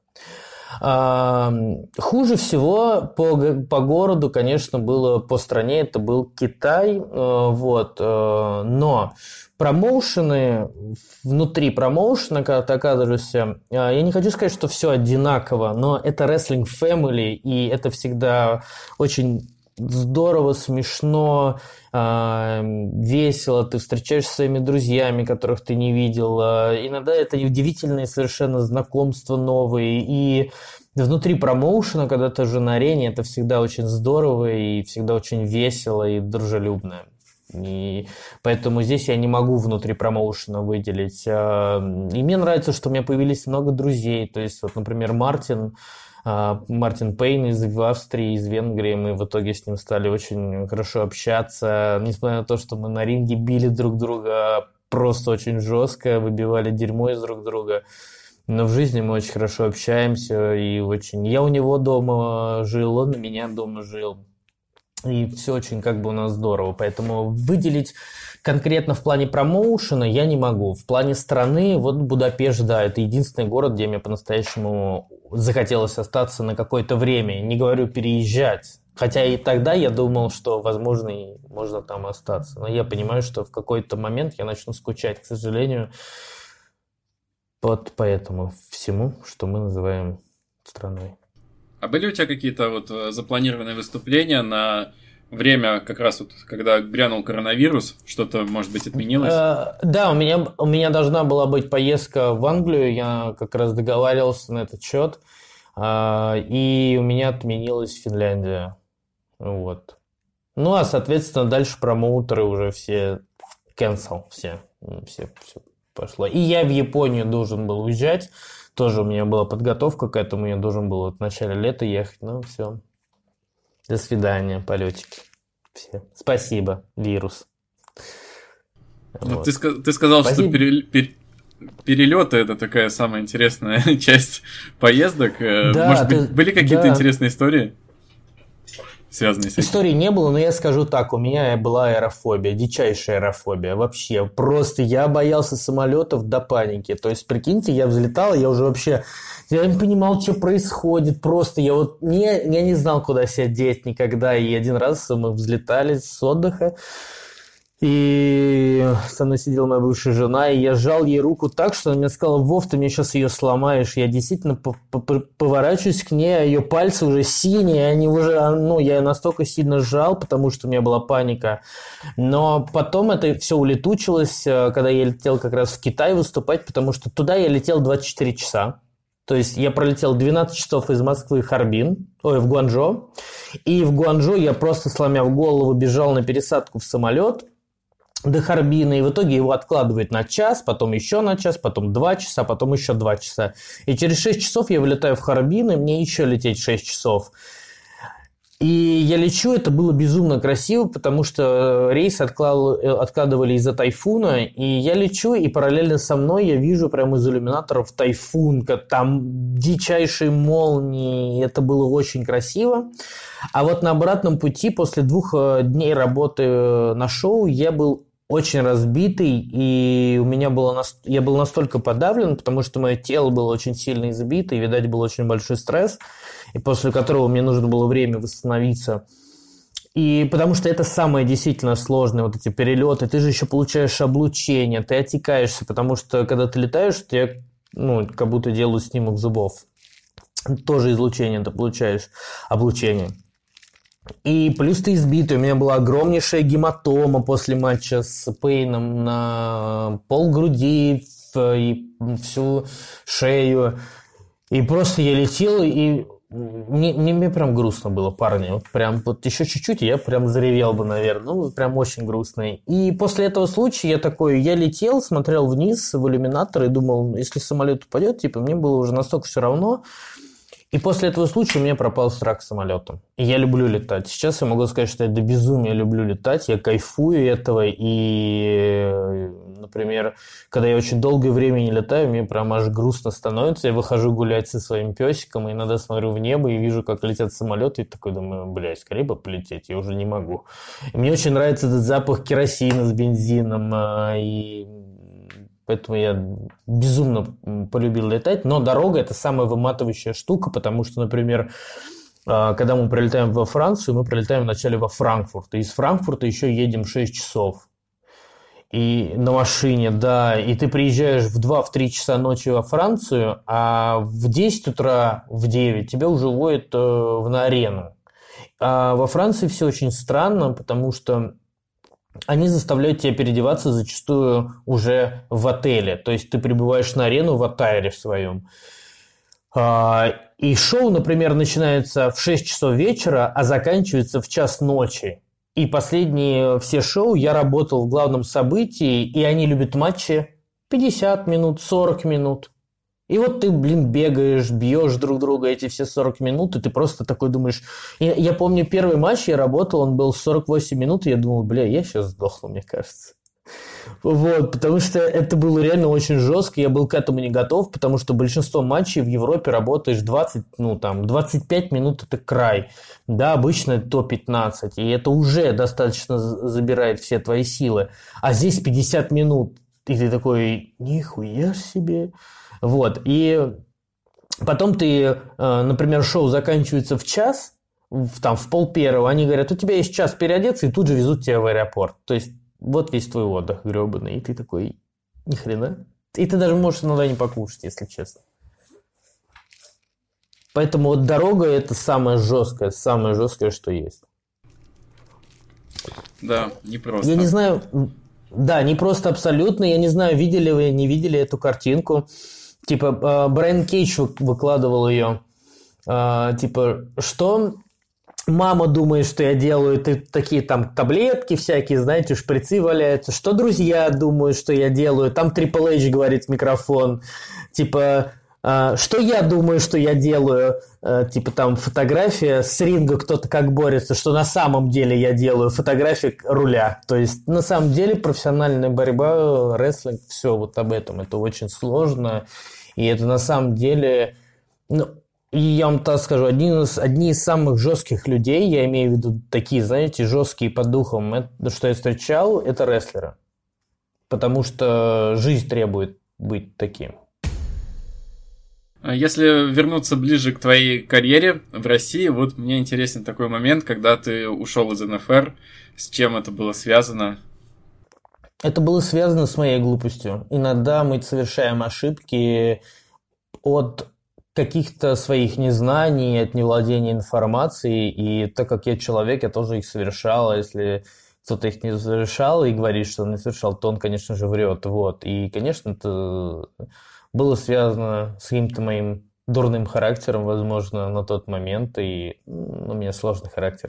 Хуже всего по городу, конечно, было по стране, это был Китай, вот, но промоушены, внутри промоушена, когда ты оказываешься, я не хочу сказать, что все одинаково, но это wrestling family, и это всегда очень здорово, смешно, весело, ты встречаешься со своими друзьями, которых ты не видел. Иногда это удивительные совершенно знакомства новые. И внутри промоушена, когда ты уже на арене, это всегда очень здорово и всегда очень весело и дружелюбно. И поэтому здесь я не могу внутри промоушена выделить. И мне нравится, что у меня появились много друзей. То есть, вот, например, Мартин Пейн из Австрии, из Венгрии, мы в итоге с ним стали очень хорошо общаться, несмотря на то, что мы на ринге били друг друга просто очень жестко, выбивали дерьмо из друг друга, но в жизни мы очень хорошо общаемся, и очень... Я у него дома жил, он у меня дома жил, и все очень как бы у нас здорово, поэтому выделить конкретно в плане промоушена я не могу. В плане страны, вот Будапешт, да, это единственный город, где мне по-настоящему захотелось остаться на какое-то время. Не говорю переезжать. Хотя и тогда я думал, что, возможно, и можно там остаться. Но я понимаю, что в какой-то момент я начну скучать, к сожалению, вот по этому всему, что мы называем страной. А были у тебя какие-то вот запланированные выступления на время, как раз вот, когда грянул коронавирус, что-то, может быть, отменилось? Да, у меня должна была быть поездка в Англию, я как раз договаривался на этот счет, и у меня отменилась Финляндия. Вот. Ну, а, соответственно, дальше промоутеры уже все cancel, все пошло. И я в Японию должен был уезжать, тоже у меня была подготовка к этому, я должен был в начале лета ехать, ну, все. До свидания, полетики. Все. Спасибо, вирус. Ну, Вот. ты сказал, Спасибо. что перелеты это такая самая интересная часть поездок. Да, может быть, были какие-то да. интересные истории, связанные с этим? Истории не было, но я скажу так, у меня была аэрофобия, дичайшая аэрофобия, вообще, просто я боялся самолетов до паники, то есть, прикиньте, я взлетал, я уже вообще, я не понимал, что происходит, просто я не знал, куда себя деть никогда, и один раз мы взлетали с отдыха, и со мной сидела моя бывшая жена, и я сжал ей руку так, что она мне сказала: Вов, ты мне сейчас ее сломаешь. Я действительно поворачиваюсь к ней, а ее пальцы уже синие, они уже, я ее настолько сильно сжал, потому что у меня была паника. Но потом это все улетучилось, когда я летел как раз в Китай выступать, потому что туда я летел 24 часа. То есть я пролетел 12 часов из Москвы в Гуанчжоу, и в Гуанчжоу я просто, сломя в голову, бежал на пересадку в самолет до Харбина, и в итоге его откладывают на час, потом еще на час, потом 2 часа, потом еще 2 часа. И через 6 часов я вылетаю в Харбин, и мне еще лететь 6 часов. И я лечу, это было безумно красиво, потому что рейс откладывали из-за тайфуна, и я лечу, и параллельно со мной я вижу прямо из иллюминаторов тайфун, там дичайшие молнии, и это было очень красиво. А вот на обратном пути, после 2 дней работы на шоу, я был очень разбитый, и я был настолько подавлен, потому что мое тело было очень сильно избито, и, видать, был очень большой стресс, и после которого мне нужно было время восстановиться. И потому что это самое действительно сложное, вот эти перелеты, ты же еще получаешь облучение, ты отекаешься, потому что когда ты летаешь, тебе как будто делают снимок зубов. Тоже излучение ты получаешь, облучение. И плюс ты избитый. У меня была огромнейшая гематома после матча с Пейном на полгруди и всю шею. И просто я летел, и Мне прям грустно было, парни. Вот прям вот еще чуть-чуть, и я прям заревел бы, наверное. Ну, прям очень грустно. И после этого случая я летел, смотрел вниз в иллюминатор и думал, если самолет упадет, типа, мне было уже настолько все равно. И после этого случая у меня пропал страх к самолетам. И я люблю летать. Сейчас я могу сказать, что я до безумия люблю летать. Я кайфую этого. И, например, когда я очень долгое время не летаю, мне прям аж грустно становится. Я выхожу гулять со своим песиком, и иногда смотрю в небо и вижу, как летят самолеты. И такой думаю, блядь, скорее бы полететь, я уже не могу. И мне очень нравится этот запах керосина с бензином. И поэтому я безумно полюбил летать. Но дорога – это самая выматывающая штука, потому что, например, когда мы прилетаем во Францию, мы прилетаем вначале во Франкфурт. И из Франкфурта еще едем 6 часов. И на машине, да. И ты приезжаешь в 2-3 часа ночи во Францию, а в 10 утра, в 9 тебя уже уводят на арену. А во Франции все очень странно, потому что они заставляют тебя переодеваться зачастую уже в отеле. То есть ты прибываешь на арену в аттайре в своем. И шоу, например, начинается в 6 часов вечера, а заканчивается в час ночи. И последние все шоу я работал в главном событии, и они любят матчи 50 минут, 40 минут. И вот ты, бегаешь, бьешь друг друга эти все 40 минут, и ты просто такой думаешь... Я помню, первый матч я работал, он был 48 минут, и я думал, я сейчас сдохну, мне кажется. Вот, потому что это было реально очень жестко, я был к этому не готов, потому что большинство матчей в Европе работаешь 25 минут – это край. Да, обычно это 15, и это уже достаточно забирает все твои силы. А здесь 50 минут, и ты такой, нихуя себе... Вот, и потом ты, например, шоу заканчивается в час, в 12:30, они говорят, у тебя есть час переодеться, и тут же везут тебя в аэропорт. То есть, вот весь твой отдых гребаный, и ты такой, ни хрена. И ты даже можешь иногда не покушать, если честно. Поэтому вот дорога – это самое жесткое, что есть. Да, непросто. Я не знаю, да, непросто абсолютно, я не знаю, видели вы, не видели эту картинку. Типа, Брайан Кейдж выкладывал ее. Типа, что мама думает, что я делаю, такие там таблетки всякие, знаете, шприцы валяются. Что друзья думают, что я делаю. Там Triple H говорит в микрофон. Типа, что я думаю, что я делаю. Типа, там фотография с ринга, кто-то как борется. Что на самом деле я делаю. Фотография руля. То есть, на самом деле, профессиональная борьба, рестлинг, все вот об этом. Это очень сложно. И это на самом деле... И я вам так скажу, одни из самых жестких людей, я имею в виду такие, знаете, жесткие по духам, что я встречал, это рестлеры. Потому что жизнь требует быть таким. Если вернуться ближе к твоей карьере в России, вот мне интересен такой момент, когда ты ушел из НФР, с чем это было связано? Это было связано с моей глупостью. Иногда мы совершаем ошибки от каких-то своих незнаний, от невладения информацией, и так как я человек, я тоже их совершал, а если кто-то их не совершал и говорит, что он не совершал, то он, конечно же, врет. Вот. И, конечно, это было связано с каким-то моим дурным характером, возможно, на тот момент, и у меня сложный характер.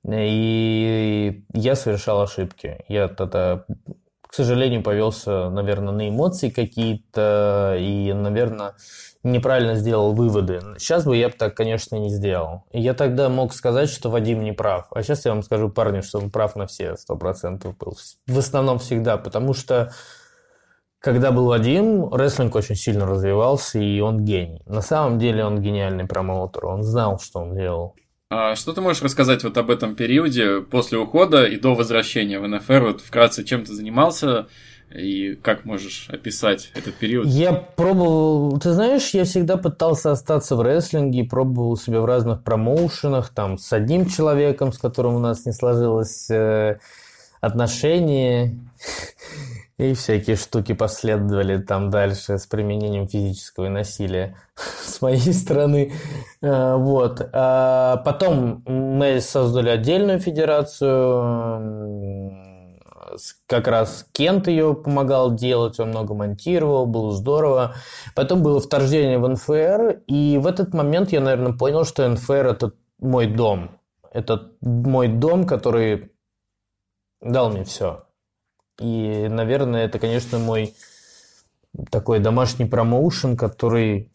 И я совершал ошибки. Я тогда, к сожалению, повелся, наверное, на эмоции какие-то, и, наверное, неправильно сделал выводы. Сейчас бы я так, конечно, не сделал. И я тогда мог сказать, что Вадим не прав. А сейчас я вам скажу, парни, что он прав на все 100% был. В основном всегда, потому что когда был Вадим, рестлинг очень сильно развивался, и он гений. На самом деле он гениальный промоутер. Он знал, что он делал. А что ты можешь рассказать вот об этом периоде после ухода и до возвращения в НФР? Вот вкратце, чем ты занимался и как можешь описать этот период? Я пробовал, ты знаешь, я всегда пытался остаться в рестлинге, пробовал себя в разных промоушенах, там с одним человеком, с которым у нас не сложилось отношения, и всякие штуки последовали там дальше с применением физического насилия с моей стороны. Вот. Потом мы создали отдельную федерацию как раз Кент ее помогал делать, он много монтировал, было здорово. Потом было вторжение в НФР, и в этот момент я, наверное, понял, что НФР – это мой дом. Это мой дом, который дал мне все. И, наверное, это, конечно, мой такой домашний промоушен, который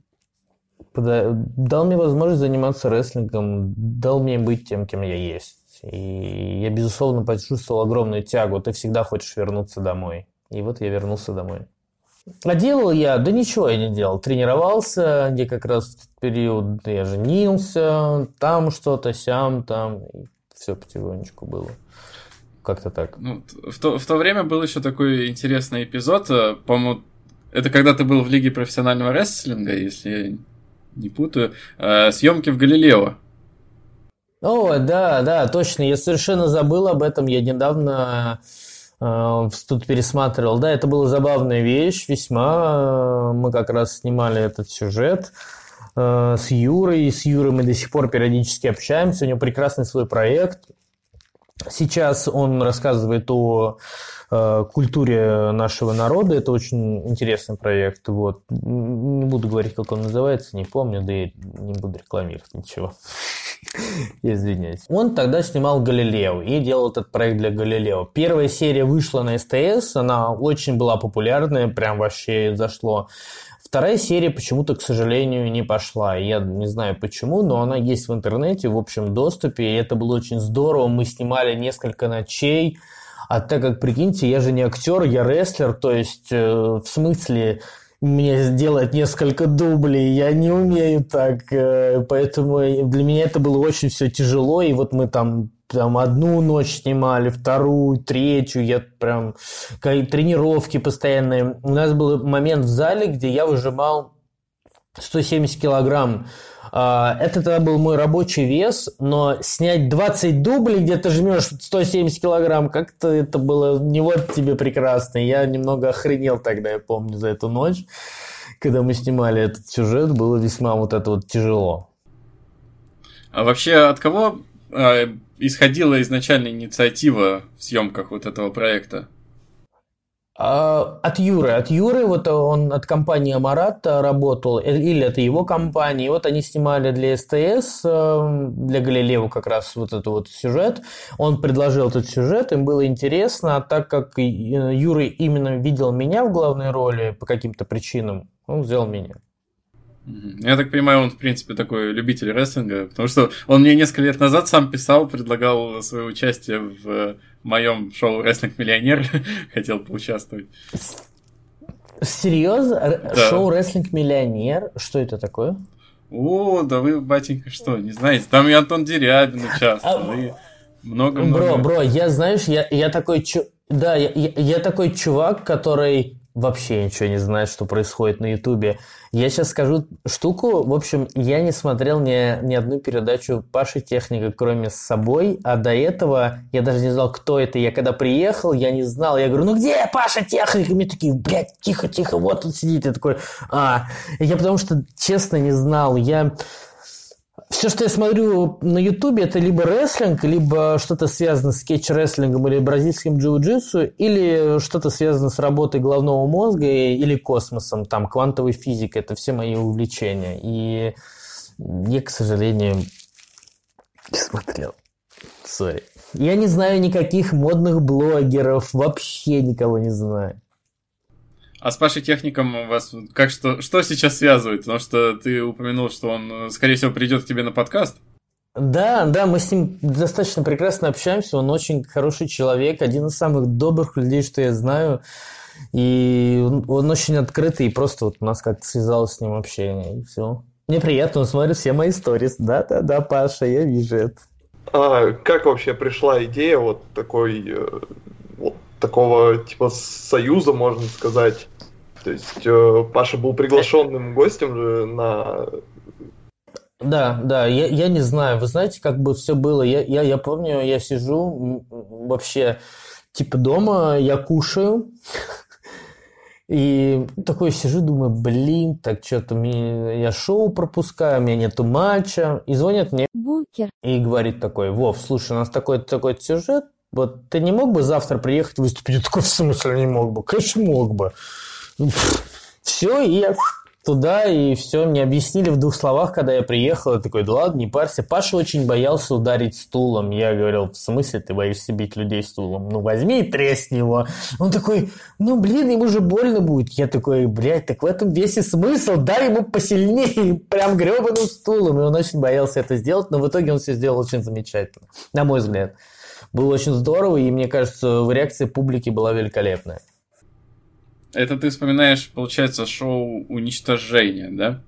дал мне возможность заниматься рестлингом, дал мне быть тем, кем я есть. И я, безусловно, почувствовал огромную тягу. Ты всегда хочешь вернуться домой. И вот я вернулся домой. А делал я? Да ничего я не делал. Тренировался, где как раз в тот период я женился, там что-то, сям, там. И все потихонечку было. Как-то так. Ну, в то время был еще такой интересный эпизод. По-моему, это когда ты был в Лиге профессионального рестлинга, если я не путаю. Съемки в Галилео. О, да, точно. Я совершенно забыл об этом. Я недавно тут пересматривал. Да, это была забавная вещь, весьма. Мы как раз снимали этот сюжет с Юрой. С Юрой мы до сих пор периодически общаемся. У него прекрасный свой проект. Сейчас он рассказывает о культуре нашего народа. Это очень интересный проект. Вот. Не буду говорить, как он называется, не помню, да и не буду рекламировать ничего. Я извиняюсь. Он тогда снимал «Галилео» и делал этот проект для «Галилео». Первая серия вышла на СТС, она очень была популярная, прям вообще зашло. Вторая серия почему-то, к сожалению, не пошла. Я не знаю почему, но она есть в интернете, в общем доступе, и это было очень здорово. Мы снимали несколько ночей, а так как, прикиньте, я же не актер, я рестлер, то есть в смысле мне сделать несколько дублей, я не умею так, поэтому для меня это было очень все тяжело, и вот мы там одну ночь снимали, вторую, третью, я прям тренировки постоянные. У нас был момент в зале, где я выжимал 170 килограмм. Это тогда был мой рабочий вес, но снять 20 дублей, где ты жмешь 170 килограмм, как-то это было не вот тебе прекрасно. Я немного охренел тогда, я помню, за эту ночь, когда мы снимали этот сюжет, было весьма вот это вот тяжело. А вообще от кого исходила изначально инициатива в съемках вот этого проекта? От Юры, вот он от компании Амарат работал, или это его компания, и вот они снимали для СТС, для Галилео как раз вот этот вот сюжет, он предложил этот сюжет, им было интересно, а так как Юра именно видел меня в главной роли по каким-то причинам, он взял меня. Я так понимаю, он, в принципе, такой любитель рестлинга, потому что он мне несколько лет назад сам писал, предлагал свое участие в моем шоу «Рестлинг Миллионер», хотел поучаствовать. Серьезно? Да. Шоу «Рестлинг Миллионер»? Что это такое? О, да вы, батенька, что, не знаете? Там и Антон Дерябин участвовал, и много-много. Бро, я, знаешь, я такой... Да, я такой чувак, который вообще ничего не знает, что происходит на Ютубе. Я сейчас скажу штуку. В общем, я не смотрел ни одну передачу Паши Техника, кроме «С собой», а до этого я даже не знал, кто это. Я когда приехал, я не знал. Я говорю, ну где Паша Техник? И мне такие, блядь, тихо, вот тут сидит. Я такой, Я потому что, честно, не знал. Все, что я смотрю на Ютубе, это либо рестлинг, либо что-то связано с кетч-рестлингом или бразильским джиу-джитсу, или что-то связано с работой головного мозга или космосом, там, квантовой физикой. Это все мои увлечения. И я, к сожалению, не смотрел. Сори. Я не знаю никаких модных блогеров, вообще никого не знаю. А с Пашей Техником у вас что сейчас связывает? Потому что ты упомянул, что он, скорее всего, придет к тебе на подкаст. Да, мы с ним достаточно прекрасно общаемся. Он очень хороший человек, один из самых добрых людей, что я знаю. И он очень открытый, и просто вот у нас как-то связалось с ним общение, и все. Мне приятно, он смотрит все мои сторис. Да, Паша, я вижу это. Как вообще пришла идея вот такого типа союза, можно сказать? То есть Паша был приглашенным гостем же на... Да, я не знаю. Вы знаете, как бы все было? Я помню, я сижу вообще типа дома, я кушаю, и такой сижу, думаю, блин, так что-то я шоу пропускаю, у меня нету матча. И звонят мне Букер. и говорит такой, Вов, слушай, у нас такой-то сюжет, Вот ты не мог бы завтра приехать выступить? Я такой, в смысле не мог бы? Конечно, мог бы. Все, и я туда, и все. Мне объяснили в 2 словах, когда я приехал. Я такой, да ладно, не парься. Паша очень боялся ударить стулом. Я говорил, в смысле ты боишься бить людей стулом? Ну, возьми и тресни его. Он такой, ну, блин, ему же больно будет. Я такой, блядь, так в этом весь и смысл. Дай ему посильнее, прям гребаным стулом. И он очень боялся это сделать, но в итоге он все сделал очень замечательно, на мой взгляд. Было очень здорово, и мне кажется, реакция публики была великолепная. Это ты вспоминаешь, получается, шоу «Уничтожение», да?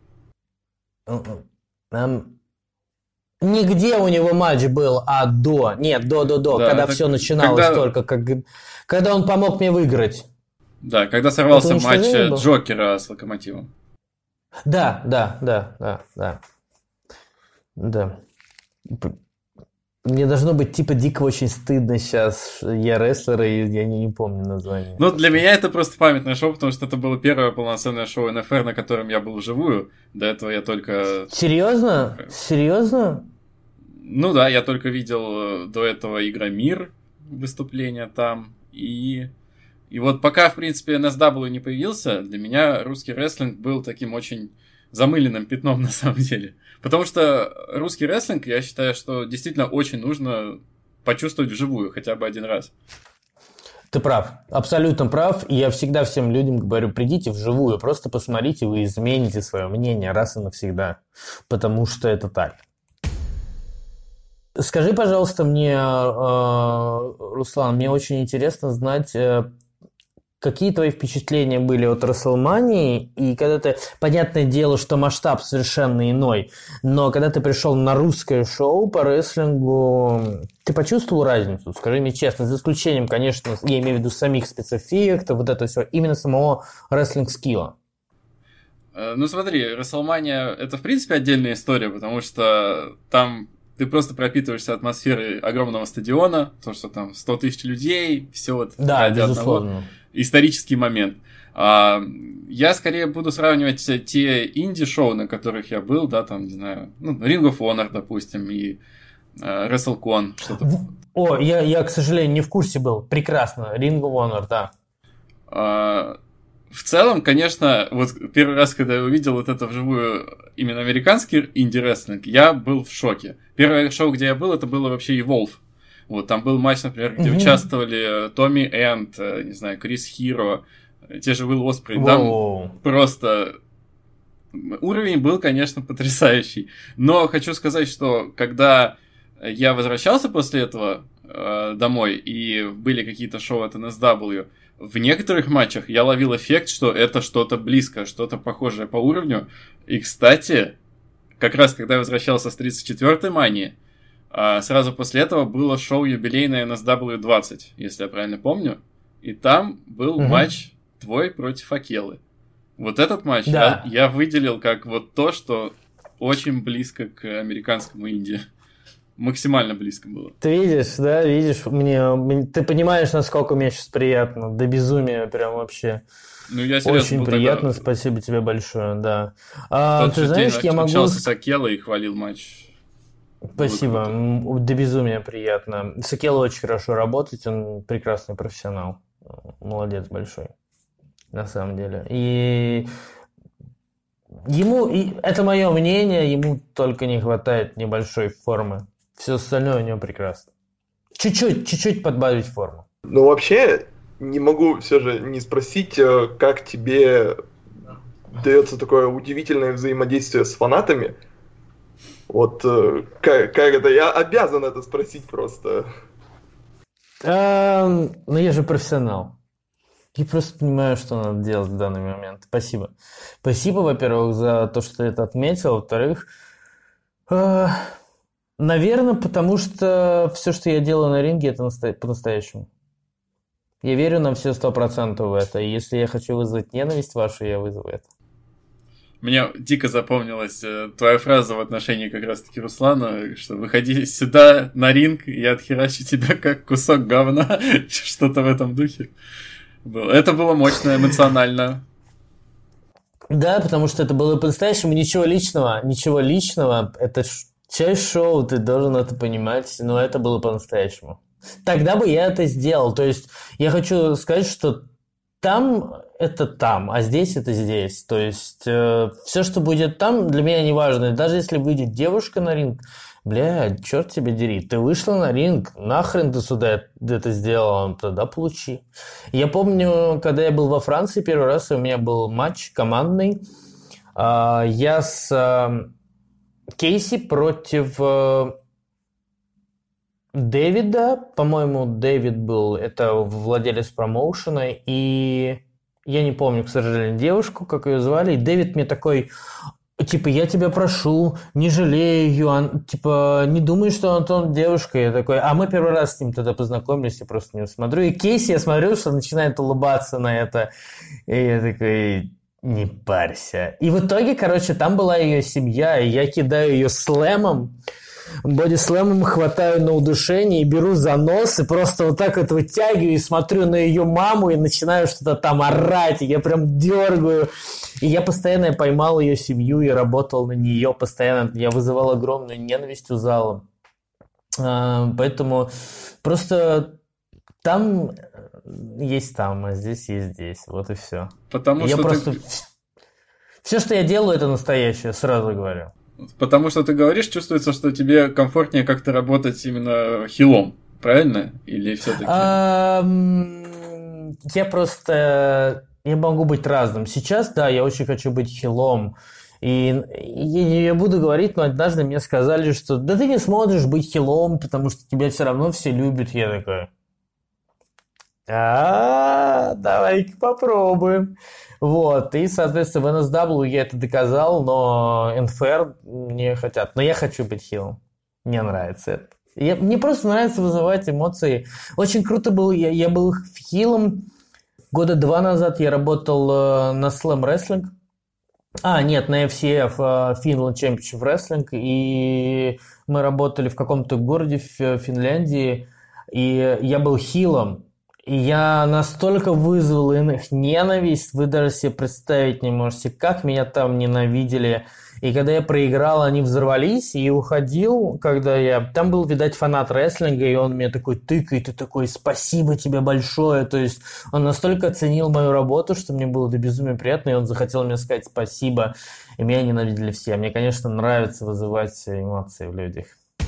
Нигде у него матч был, а до. Нет, до, Да, когда это все начиналось когда- только, когда он помог мне выиграть. Да, когда сорвался Это матч «Уничтожение» был? Джокера с Локомотивом. Да. Мне должно быть типа дико очень стыдно сейчас. Я рестлер, и я не помню название. Ну, для меня это просто памятное шоу, потому что это было первое полноценное шоу НФР, на котором я был вживую. До этого я только... Серьезно? Серьезно? Ну да, я только видел до этого Игромир, выступление там. И вот пока, в принципе, NSW не появился, для меня русский рестлинг был таким очень замыленным пятном на самом деле. Потому что русский рестлинг, я считаю, что действительно очень нужно почувствовать вживую хотя бы один раз. Ты прав, абсолютно прав. И я всегда всем людям говорю, придите вживую, просто посмотрите, вы измените свое мнение раз и навсегда. Потому что это так. Скажи, пожалуйста, мне, Руслан, мне очень интересно знать, какие твои впечатления были от WrestleMania, и когда ты... Понятное дело, что масштаб совершенно иной, но когда ты пришел на русское шоу по рестлингу, ты почувствовал разницу? Скажи мне честно, за исключением, конечно, я имею в виду самих спецэффектов, вот это все, именно самого рестлинг-скилла. Ну смотри, WrestleMania это в принципе отдельная история, потому что там ты просто пропитываешься атмосферой огромного стадиона, то, что там 100 тысяч людей, все вот Да, ради безусловно. одного. Исторический момент. Я скорее буду сравнивать те инди-шоу, на которых я был, да, там, не знаю, ну, Ring of Honor, допустим, и WrestleCon, что-то. О, я, к сожалению, не в курсе был. Прекрасно. Ring of Honor, да. В целом, конечно, вот первый раз, когда я увидел вот это вживую, именно американский инди-рестлинг, я был в шоке. Первое шоу, где я был, это было вообще Evolve. Вот, там был матч, например, где участвовали Томми Энд, не знаю, Крис Хиро, те же Уилл Оспрей. Там просто уровень был, конечно, потрясающий. Но хочу сказать, что когда я возвращался после этого домой, и были какие-то шоу от NSW, в некоторых матчах я ловил эффект, что это что-то близкое, что-то похожее по уровню. И, кстати, как раз когда я возвращался с 34-й мании, сразу после этого было шоу юбилейное NSW 20, если я правильно помню. И там был матч твой против Акелы. Вот этот матч я выделил как вот то, что очень близко к американскому инди. Максимально близко было. Ты видишь, да, ты понимаешь, насколько мне сейчас приятно. До безумия прям вообще. Ну, я серьезно очень приятно, спасибо тебе большое, да. Ты знаешь, я могу... общался с Акелой и хвалил матч. Спасибо, до безумия приятно. С Акелой очень хорошо работать, он прекрасный профессионал. Молодец большой, на самом деле. И это мое мнение, ему только не хватает небольшой формы. Все остальное у него прекрасно. Чуть-чуть подбавить форму. Ну, вообще, не могу все же не спросить, как тебе дается такое удивительное взаимодействие с фанатами. Вот как это? Я обязан это спросить просто. Ну, я же профессионал. Я просто понимаю, что надо делать в данный момент. Спасибо. Спасибо, во-первых, за то, что ты это отметил. Во-вторых, наверное, потому что все, что я делаю на ринге, это по-настоящему. Я верю на все 100% в это. И если я хочу вызвать ненависть вашу, я вызову это. Мне дико запомнилась твоя фраза в отношении как раз-таки Руслана, что выходи сюда на ринг, и я отхерачу тебя как кусок говна. Что-то в этом духе. Это было мощно, эмоционально. Да, потому что это было по-настоящему. Ничего личного. Это часть шоу, ты должен это понимать, но это было по-настоящему. тогда бы я это сделал. То есть я хочу сказать, что там это там, а здесь это здесь. То есть все, что будет там, для меня не важно. Даже если выйдет девушка на ринг, блядь, черт тебя дери, ты вышла на ринг, нахрен ты сюда это сделала, тогда получи. Я помню, когда я был во Франции первый раз, и у меня был матч командный, я с Кейси против Дэвида, по-моему, Дэвид был, это владелец промоушена, и я не помню, к сожалению, девушку, как ее звали, и Дэвид мне такой, типа, я тебя прошу, не жалей ее, типа, не думай, что Антон девушка. Я такой, а мы первый раз с ним тогда познакомились, я просто не смотрю. И Кейси, я смотрю, что начинает улыбаться на это. И я такой, не парься. И в итоге, короче, там была ее семья, и я кидаю ее слэмом, бодислэмом, хватаю на удушение и беру за нос, и просто вот так вот вытягиваю, и смотрю на ее маму, и начинаю что-то там орать, и я прям дергаю. И я постоянно поймал ее семью и работал на нее постоянно. Я вызывал огромную ненависть у зала. Поэтому просто там есть там, а здесь есть здесь. Вот и все. Потому и что я просто... Все, что я делаю, это настоящее, сразу говорю. Потому что ты говоришь, чувствуется, что тебе комфортнее как-то работать именно хилом, правильно? Или все-таки? Я просто... Я могу быть разным. Сейчас, да, я очень хочу быть хилом. И я буду говорить, но однажды мне сказали, что да ты не сможешь быть хилом, потому что тебя все равно все любят. Я такой... давай-ка попробуем. Вот, и, соответственно, в NSW я это доказал, но NFR не хотят. Но я хочу быть хилом. Мне нравится это. Мне просто нравится вызывать эмоции. Очень круто было, я был хилом. Года 2 назад я работал на Slam Wrestling. Нет, на FCF, Finland Championship Wrestling. И мы работали в каком-то городе в Финляндии. И я был хилом. И я настолько вызвал их ненависть, вы даже себе представить не можете, как меня там ненавидели. И когда я проиграл, они взорвались, и уходил, когда я... Там был, видать, фанат рестлинга, и он мне такой тыкает, и такой, спасибо тебе большое. То есть он настолько оценил мою работу, что мне было до безумия приятно, и он захотел мне сказать спасибо. И меня ненавидели все. Мне, конечно, нравится вызывать эмоции в людях.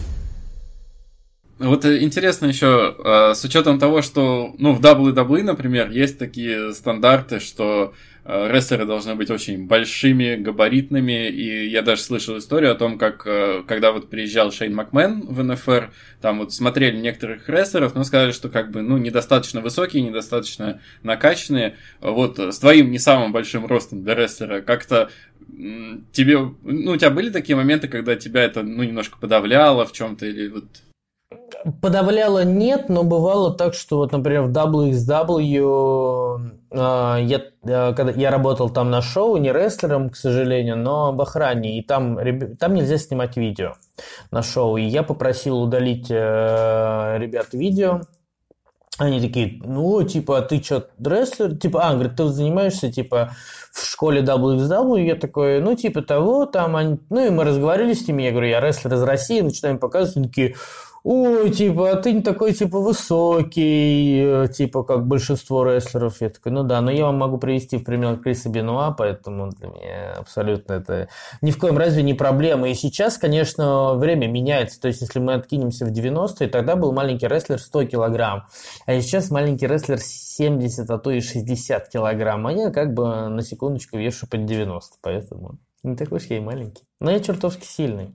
Вот интересно еще, с учетом того, что в WWE, например, есть такие стандарты, что рестлеры должны быть очень большими, габаритными, и я даже слышал историю о том, как когда вот приезжал Шейн Макмен в НФР, там вот смотрели некоторых рестлеров, но сказали, что как бы, недостаточно высокие, недостаточно накачанные, вот, с твоим не самым большим ростом для рестлера, как-то тебе, у тебя были такие моменты, когда тебя это, немножко подавляло в чем-то, или вот... Подавляло нет, но бывало так, что вот, например, в WXW когда я работал там на шоу, не рестлером, к сожалению, но в охране, и там нельзя снимать видео на шоу, и я попросил удалить ребят видео. Они такие, а ты что, рестлер? Говорит, ты занимаешься, в школе WXW? Я такой, того, там, и мы разговаривали с ними, я говорю, я рестлер из России, начинаем показывать, они такие... Ой, а ты не такой, высокий, как большинство рестлеров. Я такой, да, но я вам могу привести в пример Криса Бенуа, поэтому для меня абсолютно это ни в коем разе не проблема. И сейчас, конечно, время меняется. То есть, если мы откинемся в 90-е, тогда был маленький рестлер 100 килограмм, а сейчас маленький рестлер 70, а то и 60 килограмм. А я на секундочку вешу под 90, поэтому не такой уж я и маленький. Но я чертовски сильный.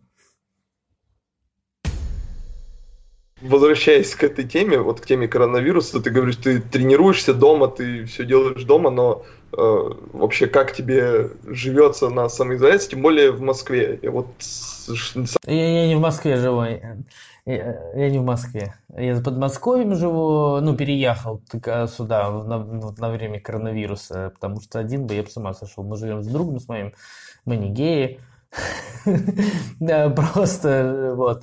Возвращаясь к этой теме, вот к теме коронавируса, ты говоришь, ты тренируешься дома, ты все делаешь дома, но вообще как тебе живется на самоизоляции, тем более в Москве? Я не в Москве живу, я не в Москве. Я за Подмосковьем живу, переехал сюда на время коронавируса, потому что один бы я бы с ума сошел. Мы живем с другом с моим, мы не геи. Да, просто вот.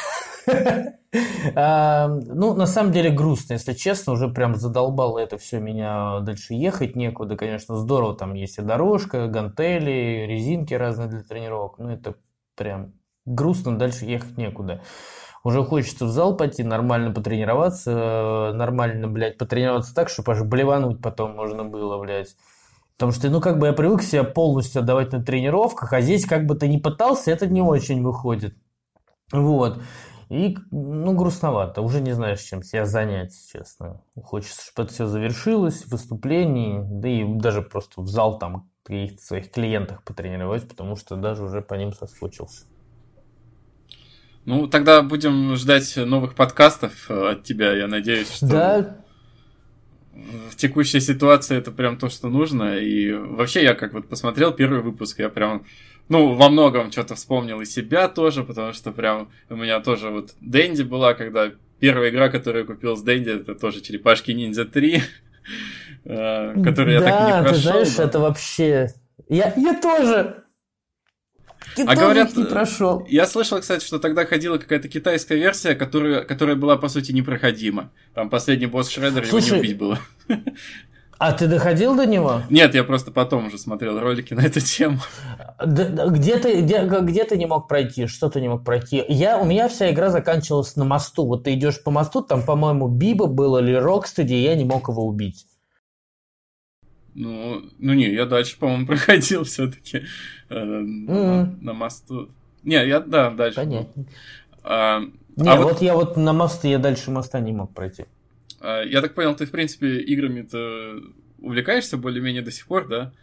На самом деле грустно, если честно, уже прям задолбало это все меня, дальше ехать некуда, конечно, здорово, там есть и дорожка, гантели, резинки разные для тренировок, это прям грустно, дальше ехать некуда. Уже хочется в зал пойти, нормально потренироваться, нормально, блядь, потренироваться так, чтобы аж блевануть потом можно было, блядь. Потому что, ну, как бы я привык себя полностью отдавать на тренировках, а здесь, как бы ты ни пытался, это не очень выходит. Вот. И, ну, грустновато. Уже не знаешь, чем себя занять, честно. Хочется, чтобы это все завершилось, выступлений, да и даже просто в зал там каких-то своих клиентах потренировать, потому что даже уже по ним соскучился. Ну, тогда будем ждать новых подкастов от тебя. Я надеюсь, что Да. в текущей ситуации это прям то, что нужно. И вообще я как вот посмотрел первый выпуск, я прям, ну, во многом что-то вспомнил и себя тоже, потому что прям у меня тоже вот Денди была, когда первая игра, которую я купил с Денди, это тоже Черепашки Ниндзя 3, которую я так и не прошел. Да, ты знаешь, это вообще... Я тоже... А говорят, не прошел. Я слышал, кстати, что тогда ходила какая-то китайская версия, которая была, по сути, непроходима. Там последний босс Шреддер, его не убить было. А ты доходил до него? Нет, я просто потом уже смотрел ролики на эту тему. Где ты не мог пройти? Что ты не мог пройти? У меня вся игра заканчивалась на мосту. Вот ты идешь по мосту, там, по-моему, Биба был или Рокстеди, и я не мог его убить. Ну не, я дальше, по-моему, проходил все-таки на мосту. Не, дальше. Понятно. Вот я вот на мосту, я дальше моста не мог пройти. Я так понял, ты, в принципе, играми-то увлекаешься более-менее до сих пор, да?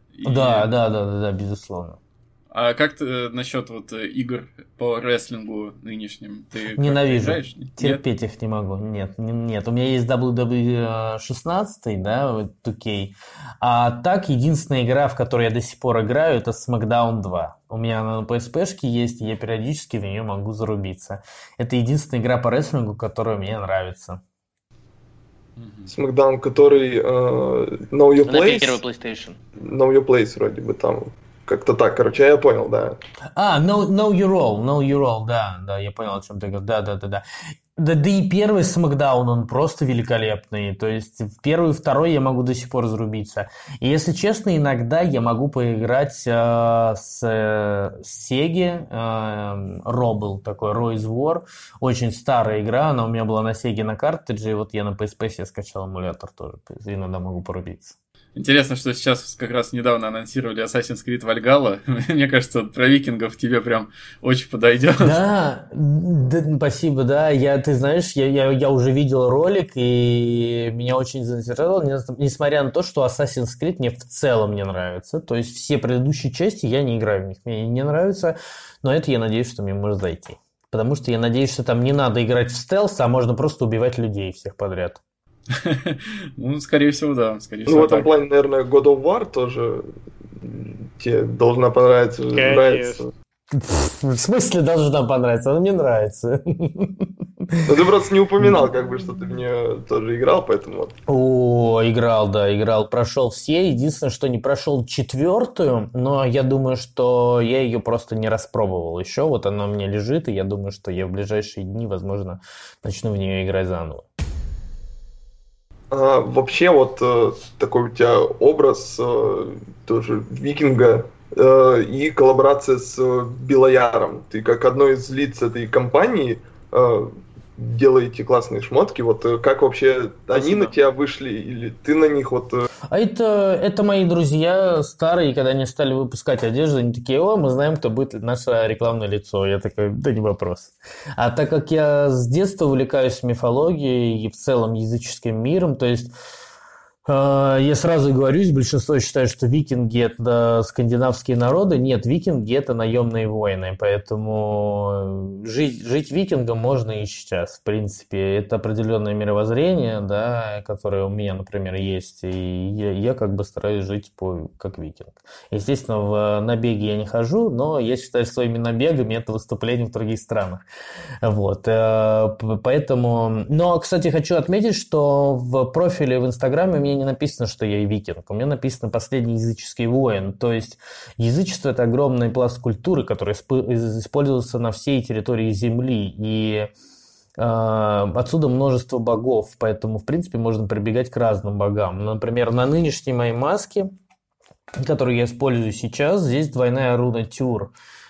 Да, безусловно. А как ты насчет вот игр по рестлингу нынешним? Ты ненавижу. Играешь? Терпеть их не могу. Нет. У меня есть WWE 16, да, вот 2K. А так, единственная игра, в которой я до сих пор играю, это SmackDown 2. У меня она на PSP-шке есть, и я периодически в нее могу зарубиться. Это единственная игра по рестлингу, которая мне нравится. SmackDown, который Know Your Place. На первый PlayStation. Know Your Place вроде бы там. Как-то так, короче, я понял, да. Know Your Role, да, я понял, о чем ты говоришь, да. Да и первый SmackDown, он просто великолепный, то есть в первый и второй я могу до сих пор зарубиться. И если честно, иногда я могу поиграть с Sega, Raw был такой, Raw is War, очень старая игра, она у меня была на Sega на картридже, и вот я на PSP себе скачал эмулятор тоже, иногда могу порубиться. Интересно, что сейчас как раз недавно анонсировали Assassin's Creed Valhalla. Мне кажется, про викингов тебе прям очень подойдет. Да, спасибо, да. Ты знаешь, я уже видел ролик, и меня очень заинтересовало, несмотря на то, что Assassin's Creed мне в целом не нравится. То есть все предыдущие части я не играю в них, мне не нравится, но это я надеюсь, что мне может зайти. Потому что я надеюсь, что там не надо играть в стелс, а можно просто убивать людей всех подряд. Ну, скорее всего, да. В этом плане, наверное, God of War тоже тебе должна понравиться. Нравится. В смысле должна понравиться? Она мне нравится. Ну, ты просто не упоминал, как бы, что ты в нее тоже играл, поэтому... Играл. Прошел все. Единственное, что не прошел 4-ю, но я думаю, что я ее просто не распробовал еще. Вот она у меня лежит, и я думаю, что я в ближайшие дни, возможно, начну в нее играть заново. Вообще, вот такой у тебя образ тоже викинга и коллаборация с Белояром. Ты как одной из лиц этой компании делаете классные шмотки. Вот как вообще они на тебя вышли или ты на них вот... А это мои друзья старые, когда они стали выпускать одежду, они такие: мы знаем, кто будет наше рекламное лицо. Я такой: да не вопрос. А так как я с детства увлекаюсь мифологией и в целом языческим миром, то есть я сразу говорю, большинство считает, что викинги – это скандинавские народы. Нет, викинги – это наемные воины, поэтому жить викингом можно и сейчас. В принципе, это определенное мировоззрение, да, которое у меня, например, есть, и я как бы стараюсь жить как викинг. Естественно, в набеги я не хожу, но я считаю своими набегами это выступление в других странах. Вот, поэтому… Но, кстати, хочу отметить, что в профиле в Инстаграме у меня не написано, что я викинг. У меня написано «последний языческий воин». То есть язычество – это огромный пласт культуры, который используется на всей территории Земли. И отсюда множество богов. Поэтому, в принципе, можно прибегать к разным богам. Например, на нынешней моей маске, которую я использую сейчас, здесь двойная руна Тюр.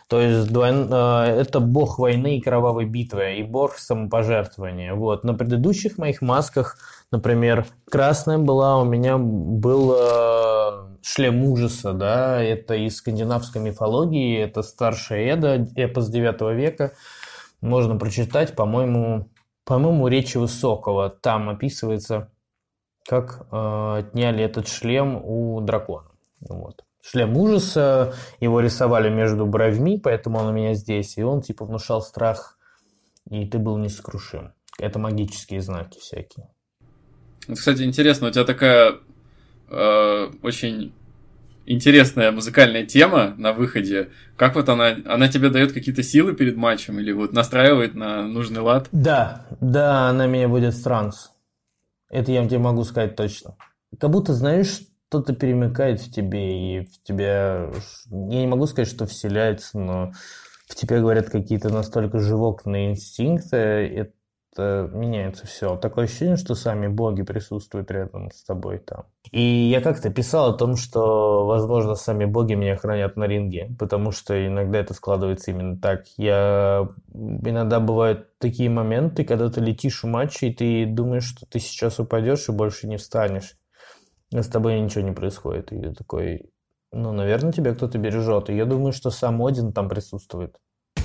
То есть это бог войны и кровавой битвы, и бог самопожертвования. Вот. На предыдущих моих масках, например, красная была, у меня был шлем ужаса, да, это из скандинавской мифологии, это старшая Эда, эпос 9 века. Можно прочитать, по-моему, Речи Высокого. Там описывается, как отняли этот шлем у дракона. Вот. Шлем ужаса, его рисовали между бровьми, поэтому он у меня здесь, и он типа внушал страх, и ты был несокрушим. Это магические знаки всякие. Кстати, интересно, у тебя такая очень интересная музыкальная тема на выходе. Как вот она тебе дает какие-то силы перед матчем или вот настраивает на нужный лад? Да, она меня вводит в транс. Это я тебе могу сказать точно. Как будто, знаешь, что-то перемыкает в тебе, и в тебя... Я не могу сказать, что вселяется, но в тебе говорят какие-то настолько животные инстинкты, это меняется все. Такое ощущение, что сами боги присутствуют рядом с тобой там. И я как-то писал о том, что, возможно, сами боги меня хранят на ринге, потому что иногда это складывается именно так. Иногда бывают такие моменты, когда ты летишь в матче, и ты думаешь, что ты сейчас упадешь и больше не встанешь. А с тобой ничего не происходит. И я такой, наверное, тебя кто-то бережет. И я думаю, что сам Один там присутствует.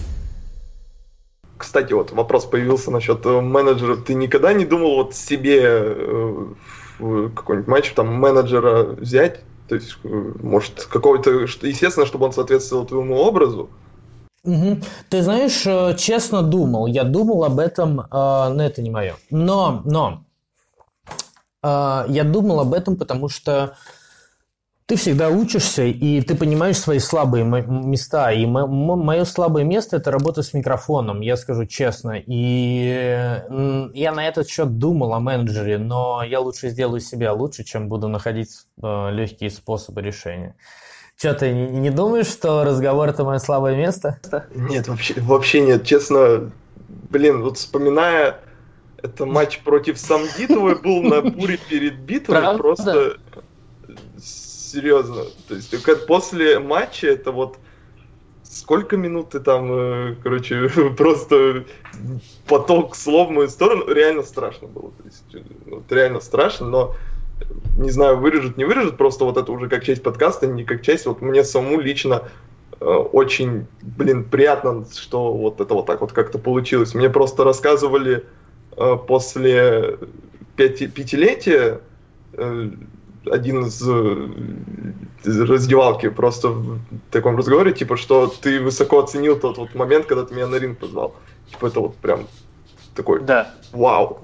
Кстати, вот вопрос появился насчет менеджеров. Ты никогда не думал вот себе в какой-нибудь матч там менеджера взять? То есть, может, какого-то, естественно, чтобы он соответствовал твоему образу? Угу. Ты знаешь, честно думал. Я думал об этом, но это не мое. Но я думал об этом, потому что ты всегда учишься, и ты понимаешь свои слабые места. И мое слабое место – это работа с микрофоном, я скажу честно. И я на этот счет думал о менеджере, но я лучше сделаю себя лучше, чем буду находить легкие способы решения. Что, ты не думаешь, что разговор – это мое слабое место? Нет, вообще нет. Честно, вот вспоминая... Это матч против Самди твой был на буре перед битвой. Правда? Просто серьезно. То есть после матча это вот сколько минут ты там, просто поток слов в мою сторону. Реально страшно было. То есть, реально страшно, но не знаю, вырежут, не вырежут. Просто вот это уже как часть подкаста, не как часть. Вот мне самому лично очень, приятно, что вот это вот так вот как-то получилось. Мне просто рассказывали после пятилетия один из раздевалки просто в таком разговоре, типа, что ты высоко оценил тот вот момент, когда ты меня на ринг позвал. Типа, это вот прям такой вау.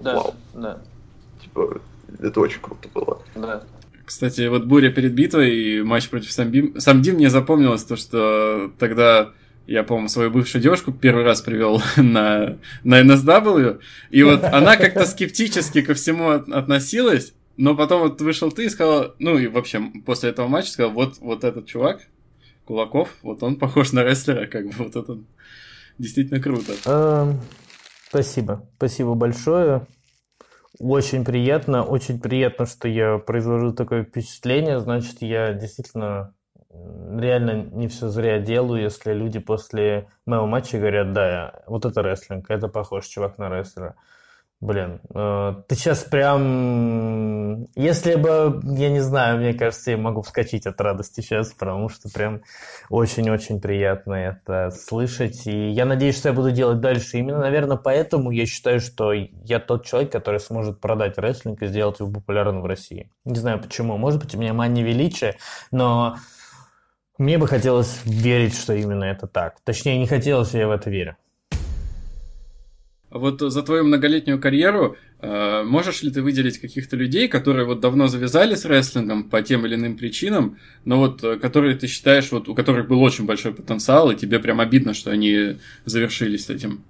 Типа, это очень круто было. Да. Кстати, вот буря перед битвой и матч против Самди мне запомнилось то, что тогда я, по-моему, свою бывшую девушку первый раз привел на NSW, и вот она как-то скептически ко всему относилась, но потом вот вышел ты и сказал, и вообще после этого матча сказал, вот этот чувак, Кулаков, вот он похож на рестлера, как бы вот это действительно круто. Спасибо большое. Очень приятно, что я произвожу такое впечатление, значит, я действительно... Реально не все зря делаю, если люди после моего матча говорят, да, вот это рестлинг, это похож чувак на рестлера. Ты сейчас прям... Если бы, я не знаю, мне кажется, я могу вскочить от радости сейчас, потому что прям очень-очень приятно это слышать. И я надеюсь, что я буду делать дальше. Именно, наверное, поэтому я считаю, что я тот человек, который сможет продать рестлинг и сделать его популярным в России. Не знаю почему. Может быть, у меня мания величия, но... Мне бы хотелось верить, что именно это так. Точнее, не хотелось, я в это верю. Вот за твою многолетнюю карьеру можешь ли ты выделить каких-то людей, которые вот давно завязали с рестлингом по тем или иным причинам, но вот которые ты считаешь, вот у которых был очень большой потенциал, и тебе прям обидно, что они завершились с этим?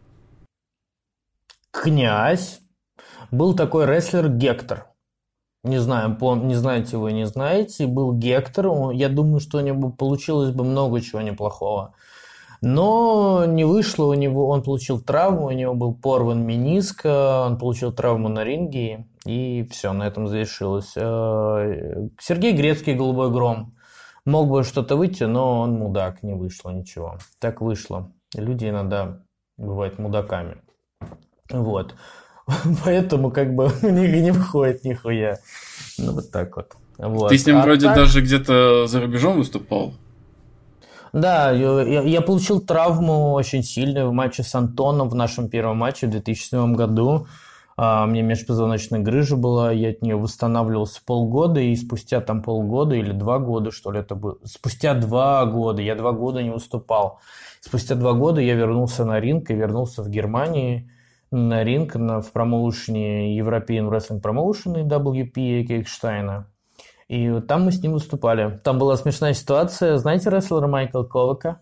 Князь. Был такой рестлер Гектор. Не знаю, не знаете вы, не знаете. Был Гектор. Я думаю, что у него получилось бы много чего неплохого. Но не вышло у него. Он получил травму, у него был порван мениск, он получил травму на ринге, и все, на этом завершилось. Сергей Грецкий, Голубой Гром. Мог бы что-то выйти, но он мудак, не вышло ничего. Так вышло. Люди иногда бывают мудаками. Вот. Поэтому как бы у них не выходит нихуя. Ну, вот так вот. Вот. Ты с ним вроде даже где-то за рубежом выступал. Да, я получил травму очень сильную в матче с Антоном, в нашем первом матче в 2007 году. Мне межпозвоночная грыжа была, я от нее восстанавливался полгода, и спустя там полгода или 2 года, что ли, это было. Спустя 2 года, я 2 года не выступал. Спустя 2 года я вернулся на ринг и вернулся в Германии на ринг в промоушене European Wrestling Promotion и WP Кейкштайна. И там мы с ним выступали. Там была смешная ситуация. Знаете рестлера Майкла Ковака?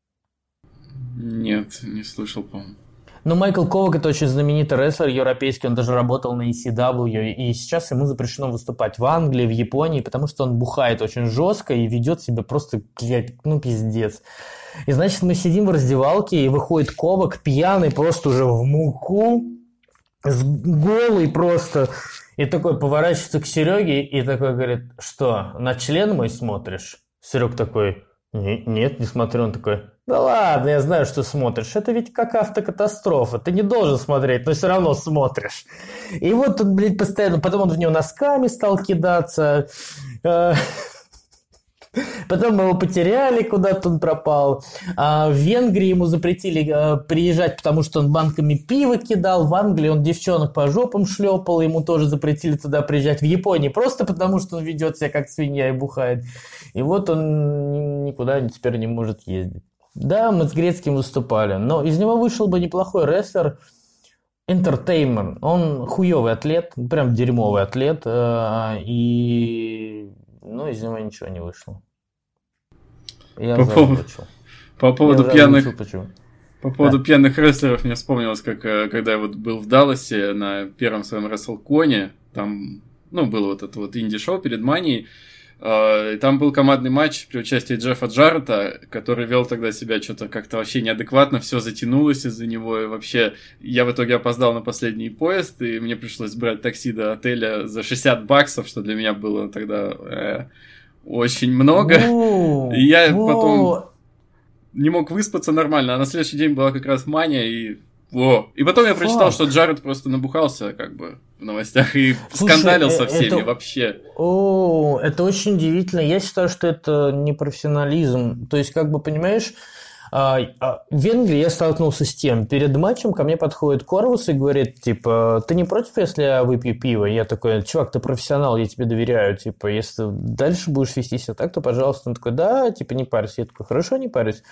Нет, не слышал, по-моему. Ну, Майкл Ковак – это очень знаменитый рестлер европейский, он даже работал на ECW, и сейчас ему запрещено выступать в Англии, в Японии, потому что он бухает очень жестко и ведет себя просто, ну, пиздец. И, значит, мы сидим в раздевалке, и выходит Ковак пьяный, просто уже в муку, голый просто, и такой поворачивается к Сереге и такой говорит: что, на член мой смотришь? Серег такой: нет, не смотрю. Он такой: да ладно, я знаю, что смотришь. Это ведь как автокатастрофа. Ты не должен смотреть, но все равно смотришь. И вот он, блядь, постоянно... Потом он в него носками стал кидаться. Потом мы его потеряли, куда-то он пропал. В Венгрии ему запретили приезжать, потому что он банками пива кидал. В Англии он девчонок по жопам шлепал, ему тоже запретили туда приезжать. В Японии просто потому, что он ведет себя как свинья и бухает. И вот он никуда теперь не может ездить. Да, мы с Грецким выступали, но из него вышел бы неплохой рестлер. Entertainment. Он хуёвый атлет, прям дерьмовый атлет, и из него ничего не вышло. Я по поводу пьяных рестлеров мне вспомнилось, когда я вот был в Далласе на первом своем WrestleCon, там, было вот это вот инди-шоу перед Манией. Там был командный матч при участии Джеффа Джаррета, который вел тогда себя что-то как-то вообще неадекватно, все затянулось из-за него, и вообще я в итоге опоздал на последний поезд, и мне пришлось брать такси до отеля за $60, что для меня было тогда очень много, и я потом не мог выспаться нормально, а на следующий день была как раз Мания, и потом я прочитал, что Джаррет просто набухался, как бы, в новостях и скандалил со всеми вообще. Это очень удивительно. Я считаю, что это не профессионализм. То есть, как бы, понимаешь, в Венгрии я столкнулся с тем. Перед матчем ко мне подходит Корвус и говорит, типа: ты не против, если я выпью пиво? Я такой: чувак, ты профессионал, я тебе доверяю. Типа, если дальше будешь вести себя так, то, пожалуйста. Он такой: да, типа, не парься. Я такой: хорошо, не парюсь.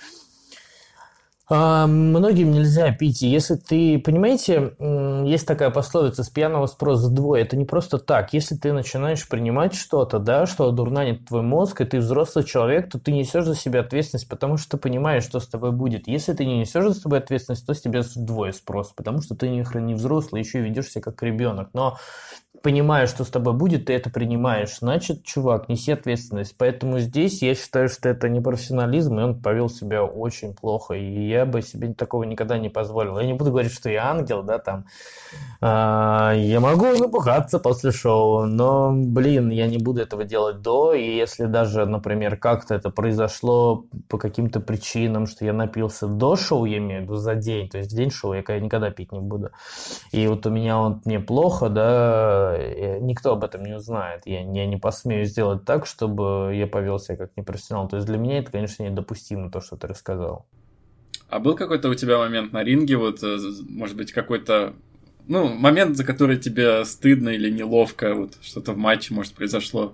Многим нельзя пить. И если ты, понимаете, есть такая пословица: с пьяного спрос вдвое. Это не просто так. Если ты начинаешь принимать что-то, да, что дурнанит твой мозг, и ты взрослый человек, то ты несешь за себя ответственность, потому что ты понимаешь, что с тобой будет. Если ты не несешь за собой ответственность, то с тебя вдвое спрос, потому что ты не взрослый, еще и ведешь себя как ребенок. Но понимаешь, что с тобой будет, ты это принимаешь. Значит, чувак, неси ответственность. Поэтому здесь я считаю, что это не профессионализм, и он повел себя очень плохо. И я бы себе такого никогда не позволил. Я не буду говорить, что я ангел, да, там. Я могу напухаться после шоу, но, я не буду этого делать до. И если даже, например, как-то это произошло по каким-то причинам, что я напился до шоу, я имею в виду за день, то есть в день шоу я никогда пить не буду. И вот у меня мне плохо, да, никто об этом не узнает. Я не посмею сделать так, чтобы я повел себя как непрофессионал. То есть для меня это, конечно, недопустимо, то, что ты рассказал. А был какой-то у тебя момент на ринге, вот, может быть, какой-то, момент, за который тебе стыдно или неловко, вот, что-то в матче, может, произошло?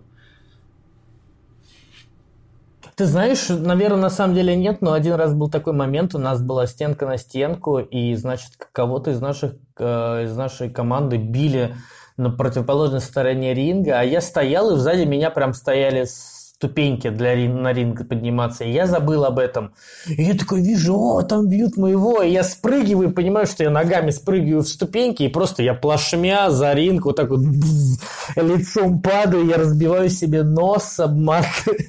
Ты знаешь, наверное, на самом деле нет, но один раз был такой момент, у нас была стенка на стенку, и, значит, кого-то из нашей команды били на противоположной стороне ринга, а я стоял, и сзади меня прям стояли ступеньки на ринг подниматься, и я забыл об этом. И я такой вижу: там бьют моего, и я спрыгиваю, понимаю, что я ногами спрыгиваю в ступеньки, и просто я плашмя за ринг вот так вот лицом падаю, я разбиваю себе нос об мат.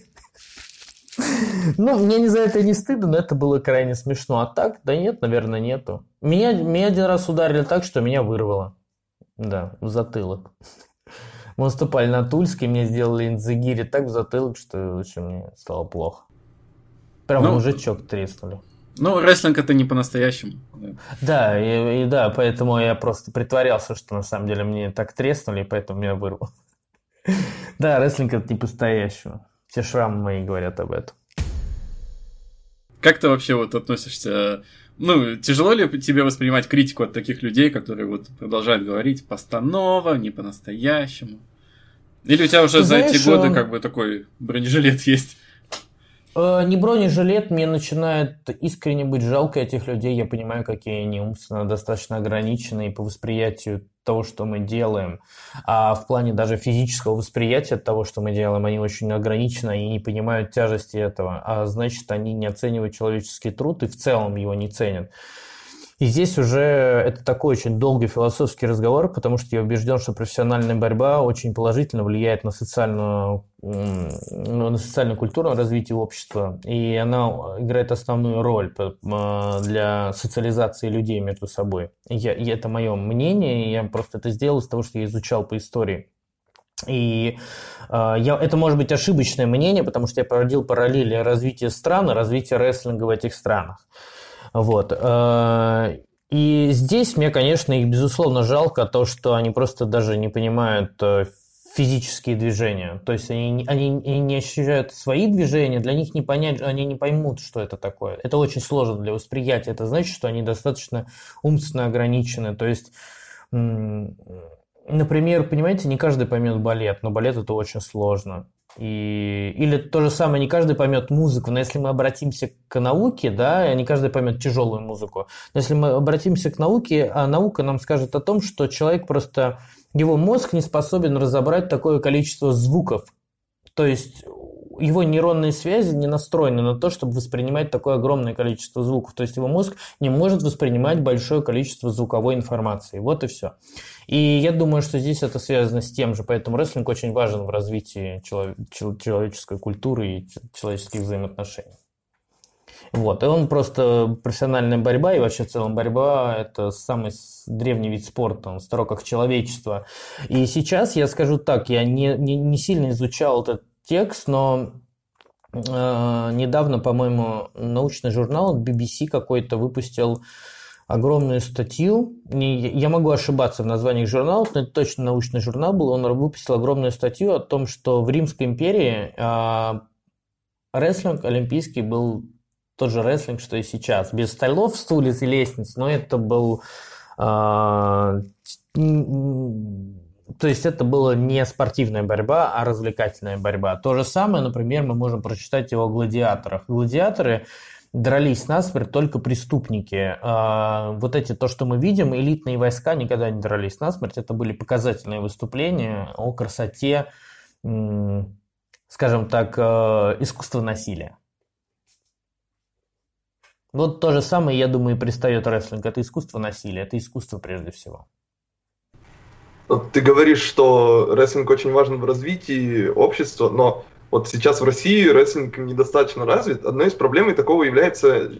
Мне за это не стыдно, но это было крайне смешно. А так, да нет, наверное, нету. Меня один раз ударили так, что меня вырвало. Да, в затылок. Мы выступали на Тульской, мне сделали инзагири так в затылок, что в общем, мне стало плохо. Прям мужичок треснули. Ну, рестлинг это не по-настоящему. Да, да, поэтому я просто притворялся, что на самом деле мне так треснули, и поэтому меня вырвало. Да, рестлинг это не по-настоящему. Все шрамы мои говорят об этом. Как ты вообще вот относишься... Ну, тяжело ли тебе воспринимать критику от таких людей, которые вот продолжают говорить постанова, не по-настоящему? Или у тебя уже за эти годы как бы такой бронежилет есть? Не бронежилет, мне начинает искренне быть жалко этих людей. Я понимаю, какие они умственно достаточно ограничены и по восприятию того, что мы делаем. А в плане даже физического восприятия того, что мы делаем, они очень ограничены и не понимают тяжести этого. А значит, они не оценивают человеческий труд и в целом его не ценят. И здесь уже это такой очень долгий философский разговор, потому что я убежден, что профессиональная борьба очень положительно влияет на социальную культуру, на развитие общества, и она играет основную роль для социализации людей между собой. И это мое мнение, и я просто это сделал из того, что я изучал по истории. И это может быть ошибочное мнение, потому что я проводил параллели развития стран и развития рестлинга в этих странах. Вот. И здесь мне, конечно, их безусловно жалко, то, что они просто даже не понимают физические движения. То есть они не ощущают свои движения, для них не понять, они не поймут, что это такое. Это очень сложно для восприятия. Это значит, что они достаточно умственно ограничены. То есть, например, понимаете, не каждый поймет балет, но балет это очень сложно. Или то же самое, не каждый поймет музыку, но если мы обратимся к науке, да, не каждый поймет тяжелую музыку, но если мы обратимся к науке, а наука нам скажет о том, что человек просто, его мозг не способен разобрать такое количество звуков, то есть его нейронные связи не настроены на то, чтобы воспринимать такое огромное количество звуков, то есть его мозг не может воспринимать большое количество звуковой информации, вот и все. И я думаю, что здесь это связано с тем же, поэтому рестлинг очень важен в развитии человеческой культуры и человеческих взаимоотношений. Вот, и он просто профессиональная борьба, и вообще в целом борьба – это самый древний вид спорта, он старо как человечество. И сейчас я скажу так, я не сильно изучал этот текст, но недавно, по-моему, научный журнал BBC какой-то выпустил огромную статью. Я могу ошибаться в названиях журналов, но это точно научный журнал был. Он выпустил огромную статью о том, что в Римской империи рестлинг олимпийский был тот же рестлинг, что и сейчас. Без столов, стульев и лестниц, но это был... То есть это была не спортивная борьба, а развлекательная борьба. То же самое, например, мы можем прочитать его о гладиаторах. Гладиаторы дрались насмерть только преступники. Вот эти, то, что мы видим, элитные войска никогда не дрались насмерть. Это были показательные выступления о красоте, скажем так, искусства насилия. Вот то же самое, я думаю, и предстает рестлинг. Это искусство насилия, это искусство прежде всего. Ты говоришь, что рестлинг очень важен в развитии общества, но вот сейчас в России рестлинг недостаточно развит. Одной из проблем такого является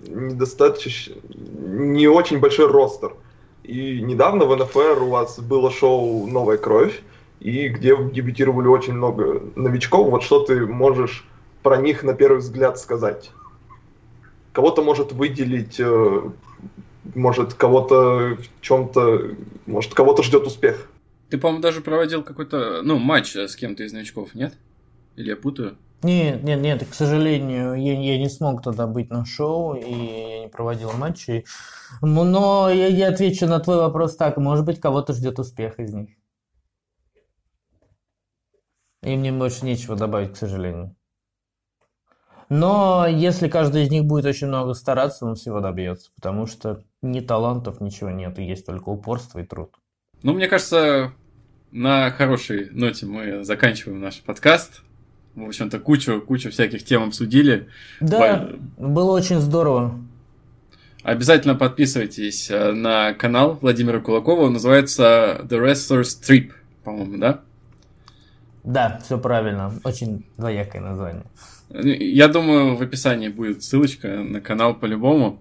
не очень большой ростер. И недавно в НФР у вас было шоу «Новая кровь», и где дебютировали очень много новичков. Вот что ты можешь про них на первый взгляд сказать? Кого-то может выделить, может кого-то в чем-то, может кого-то ждет успех. Ты, по-моему, даже проводил какой-то, матч с кем-то из новичков, нет? Или я путаю? Нет, к сожалению, я не смог тогда быть на шоу, и я не проводил матчей. Но я отвечу на твой вопрос так, может быть, кого-то ждет успех из них. И мне больше нечего добавить, к сожалению. Но если каждый из них будет очень много стараться, он всего добьется, потому что ни талантов, ничего нет, есть только упорство и труд. Мне кажется, на хорошей ноте мы заканчиваем наш подкаст. В общем-то, кучу всяких тем обсудили. Да, было очень здорово. Обязательно подписывайтесь на канал Владимира Кулакова. Он называется The Wrestler's Trip, по-моему, да? Да, все правильно. Очень двоякое название. Я думаю, в описании будет ссылочка на канал по-любому.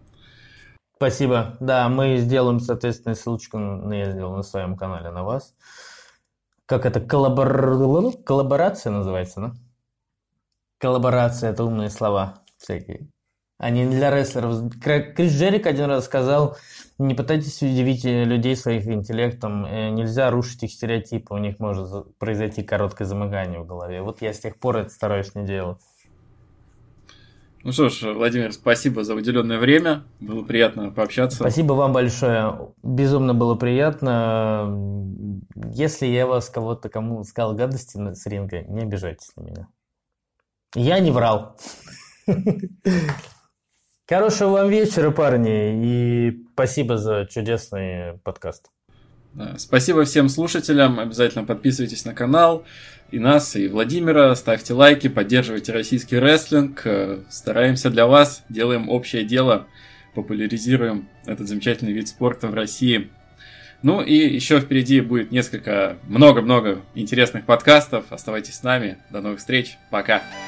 Спасибо. Да, мы сделаем, соответственно, ссылочку, я сделал на своем канале на вас. как это, коллаборация называется, да? Коллаборация — это умные слова всякие. Они не для рестлеров. Крис Джерико один раз сказал: не пытайтесь удивить людей своим интеллектом, нельзя рушить их стереотипы, у них может произойти короткое замыкание в голове. Вот я с тех пор это стараюсь не делать. Ну что ж, Владимир, спасибо за уделенное время. Было приятно пообщаться. Спасибо вам большое. Безумно было приятно. Если я вас кому сказал гадости с ринга, не обижайтесь на меня. Я не врал. Хорошего вам вечера, парни, и спасибо за чудесный подкаст. Спасибо всем слушателям. Обязательно подписывайтесь на канал. И нас, и Владимира. Ставьте лайки, поддерживайте российский рестлинг. Стараемся для вас, делаем общее дело, популяризируем этот замечательный вид спорта в России. Ну и еще впереди будет много-много интересных подкастов. Оставайтесь с нами. До новых встреч. Пока.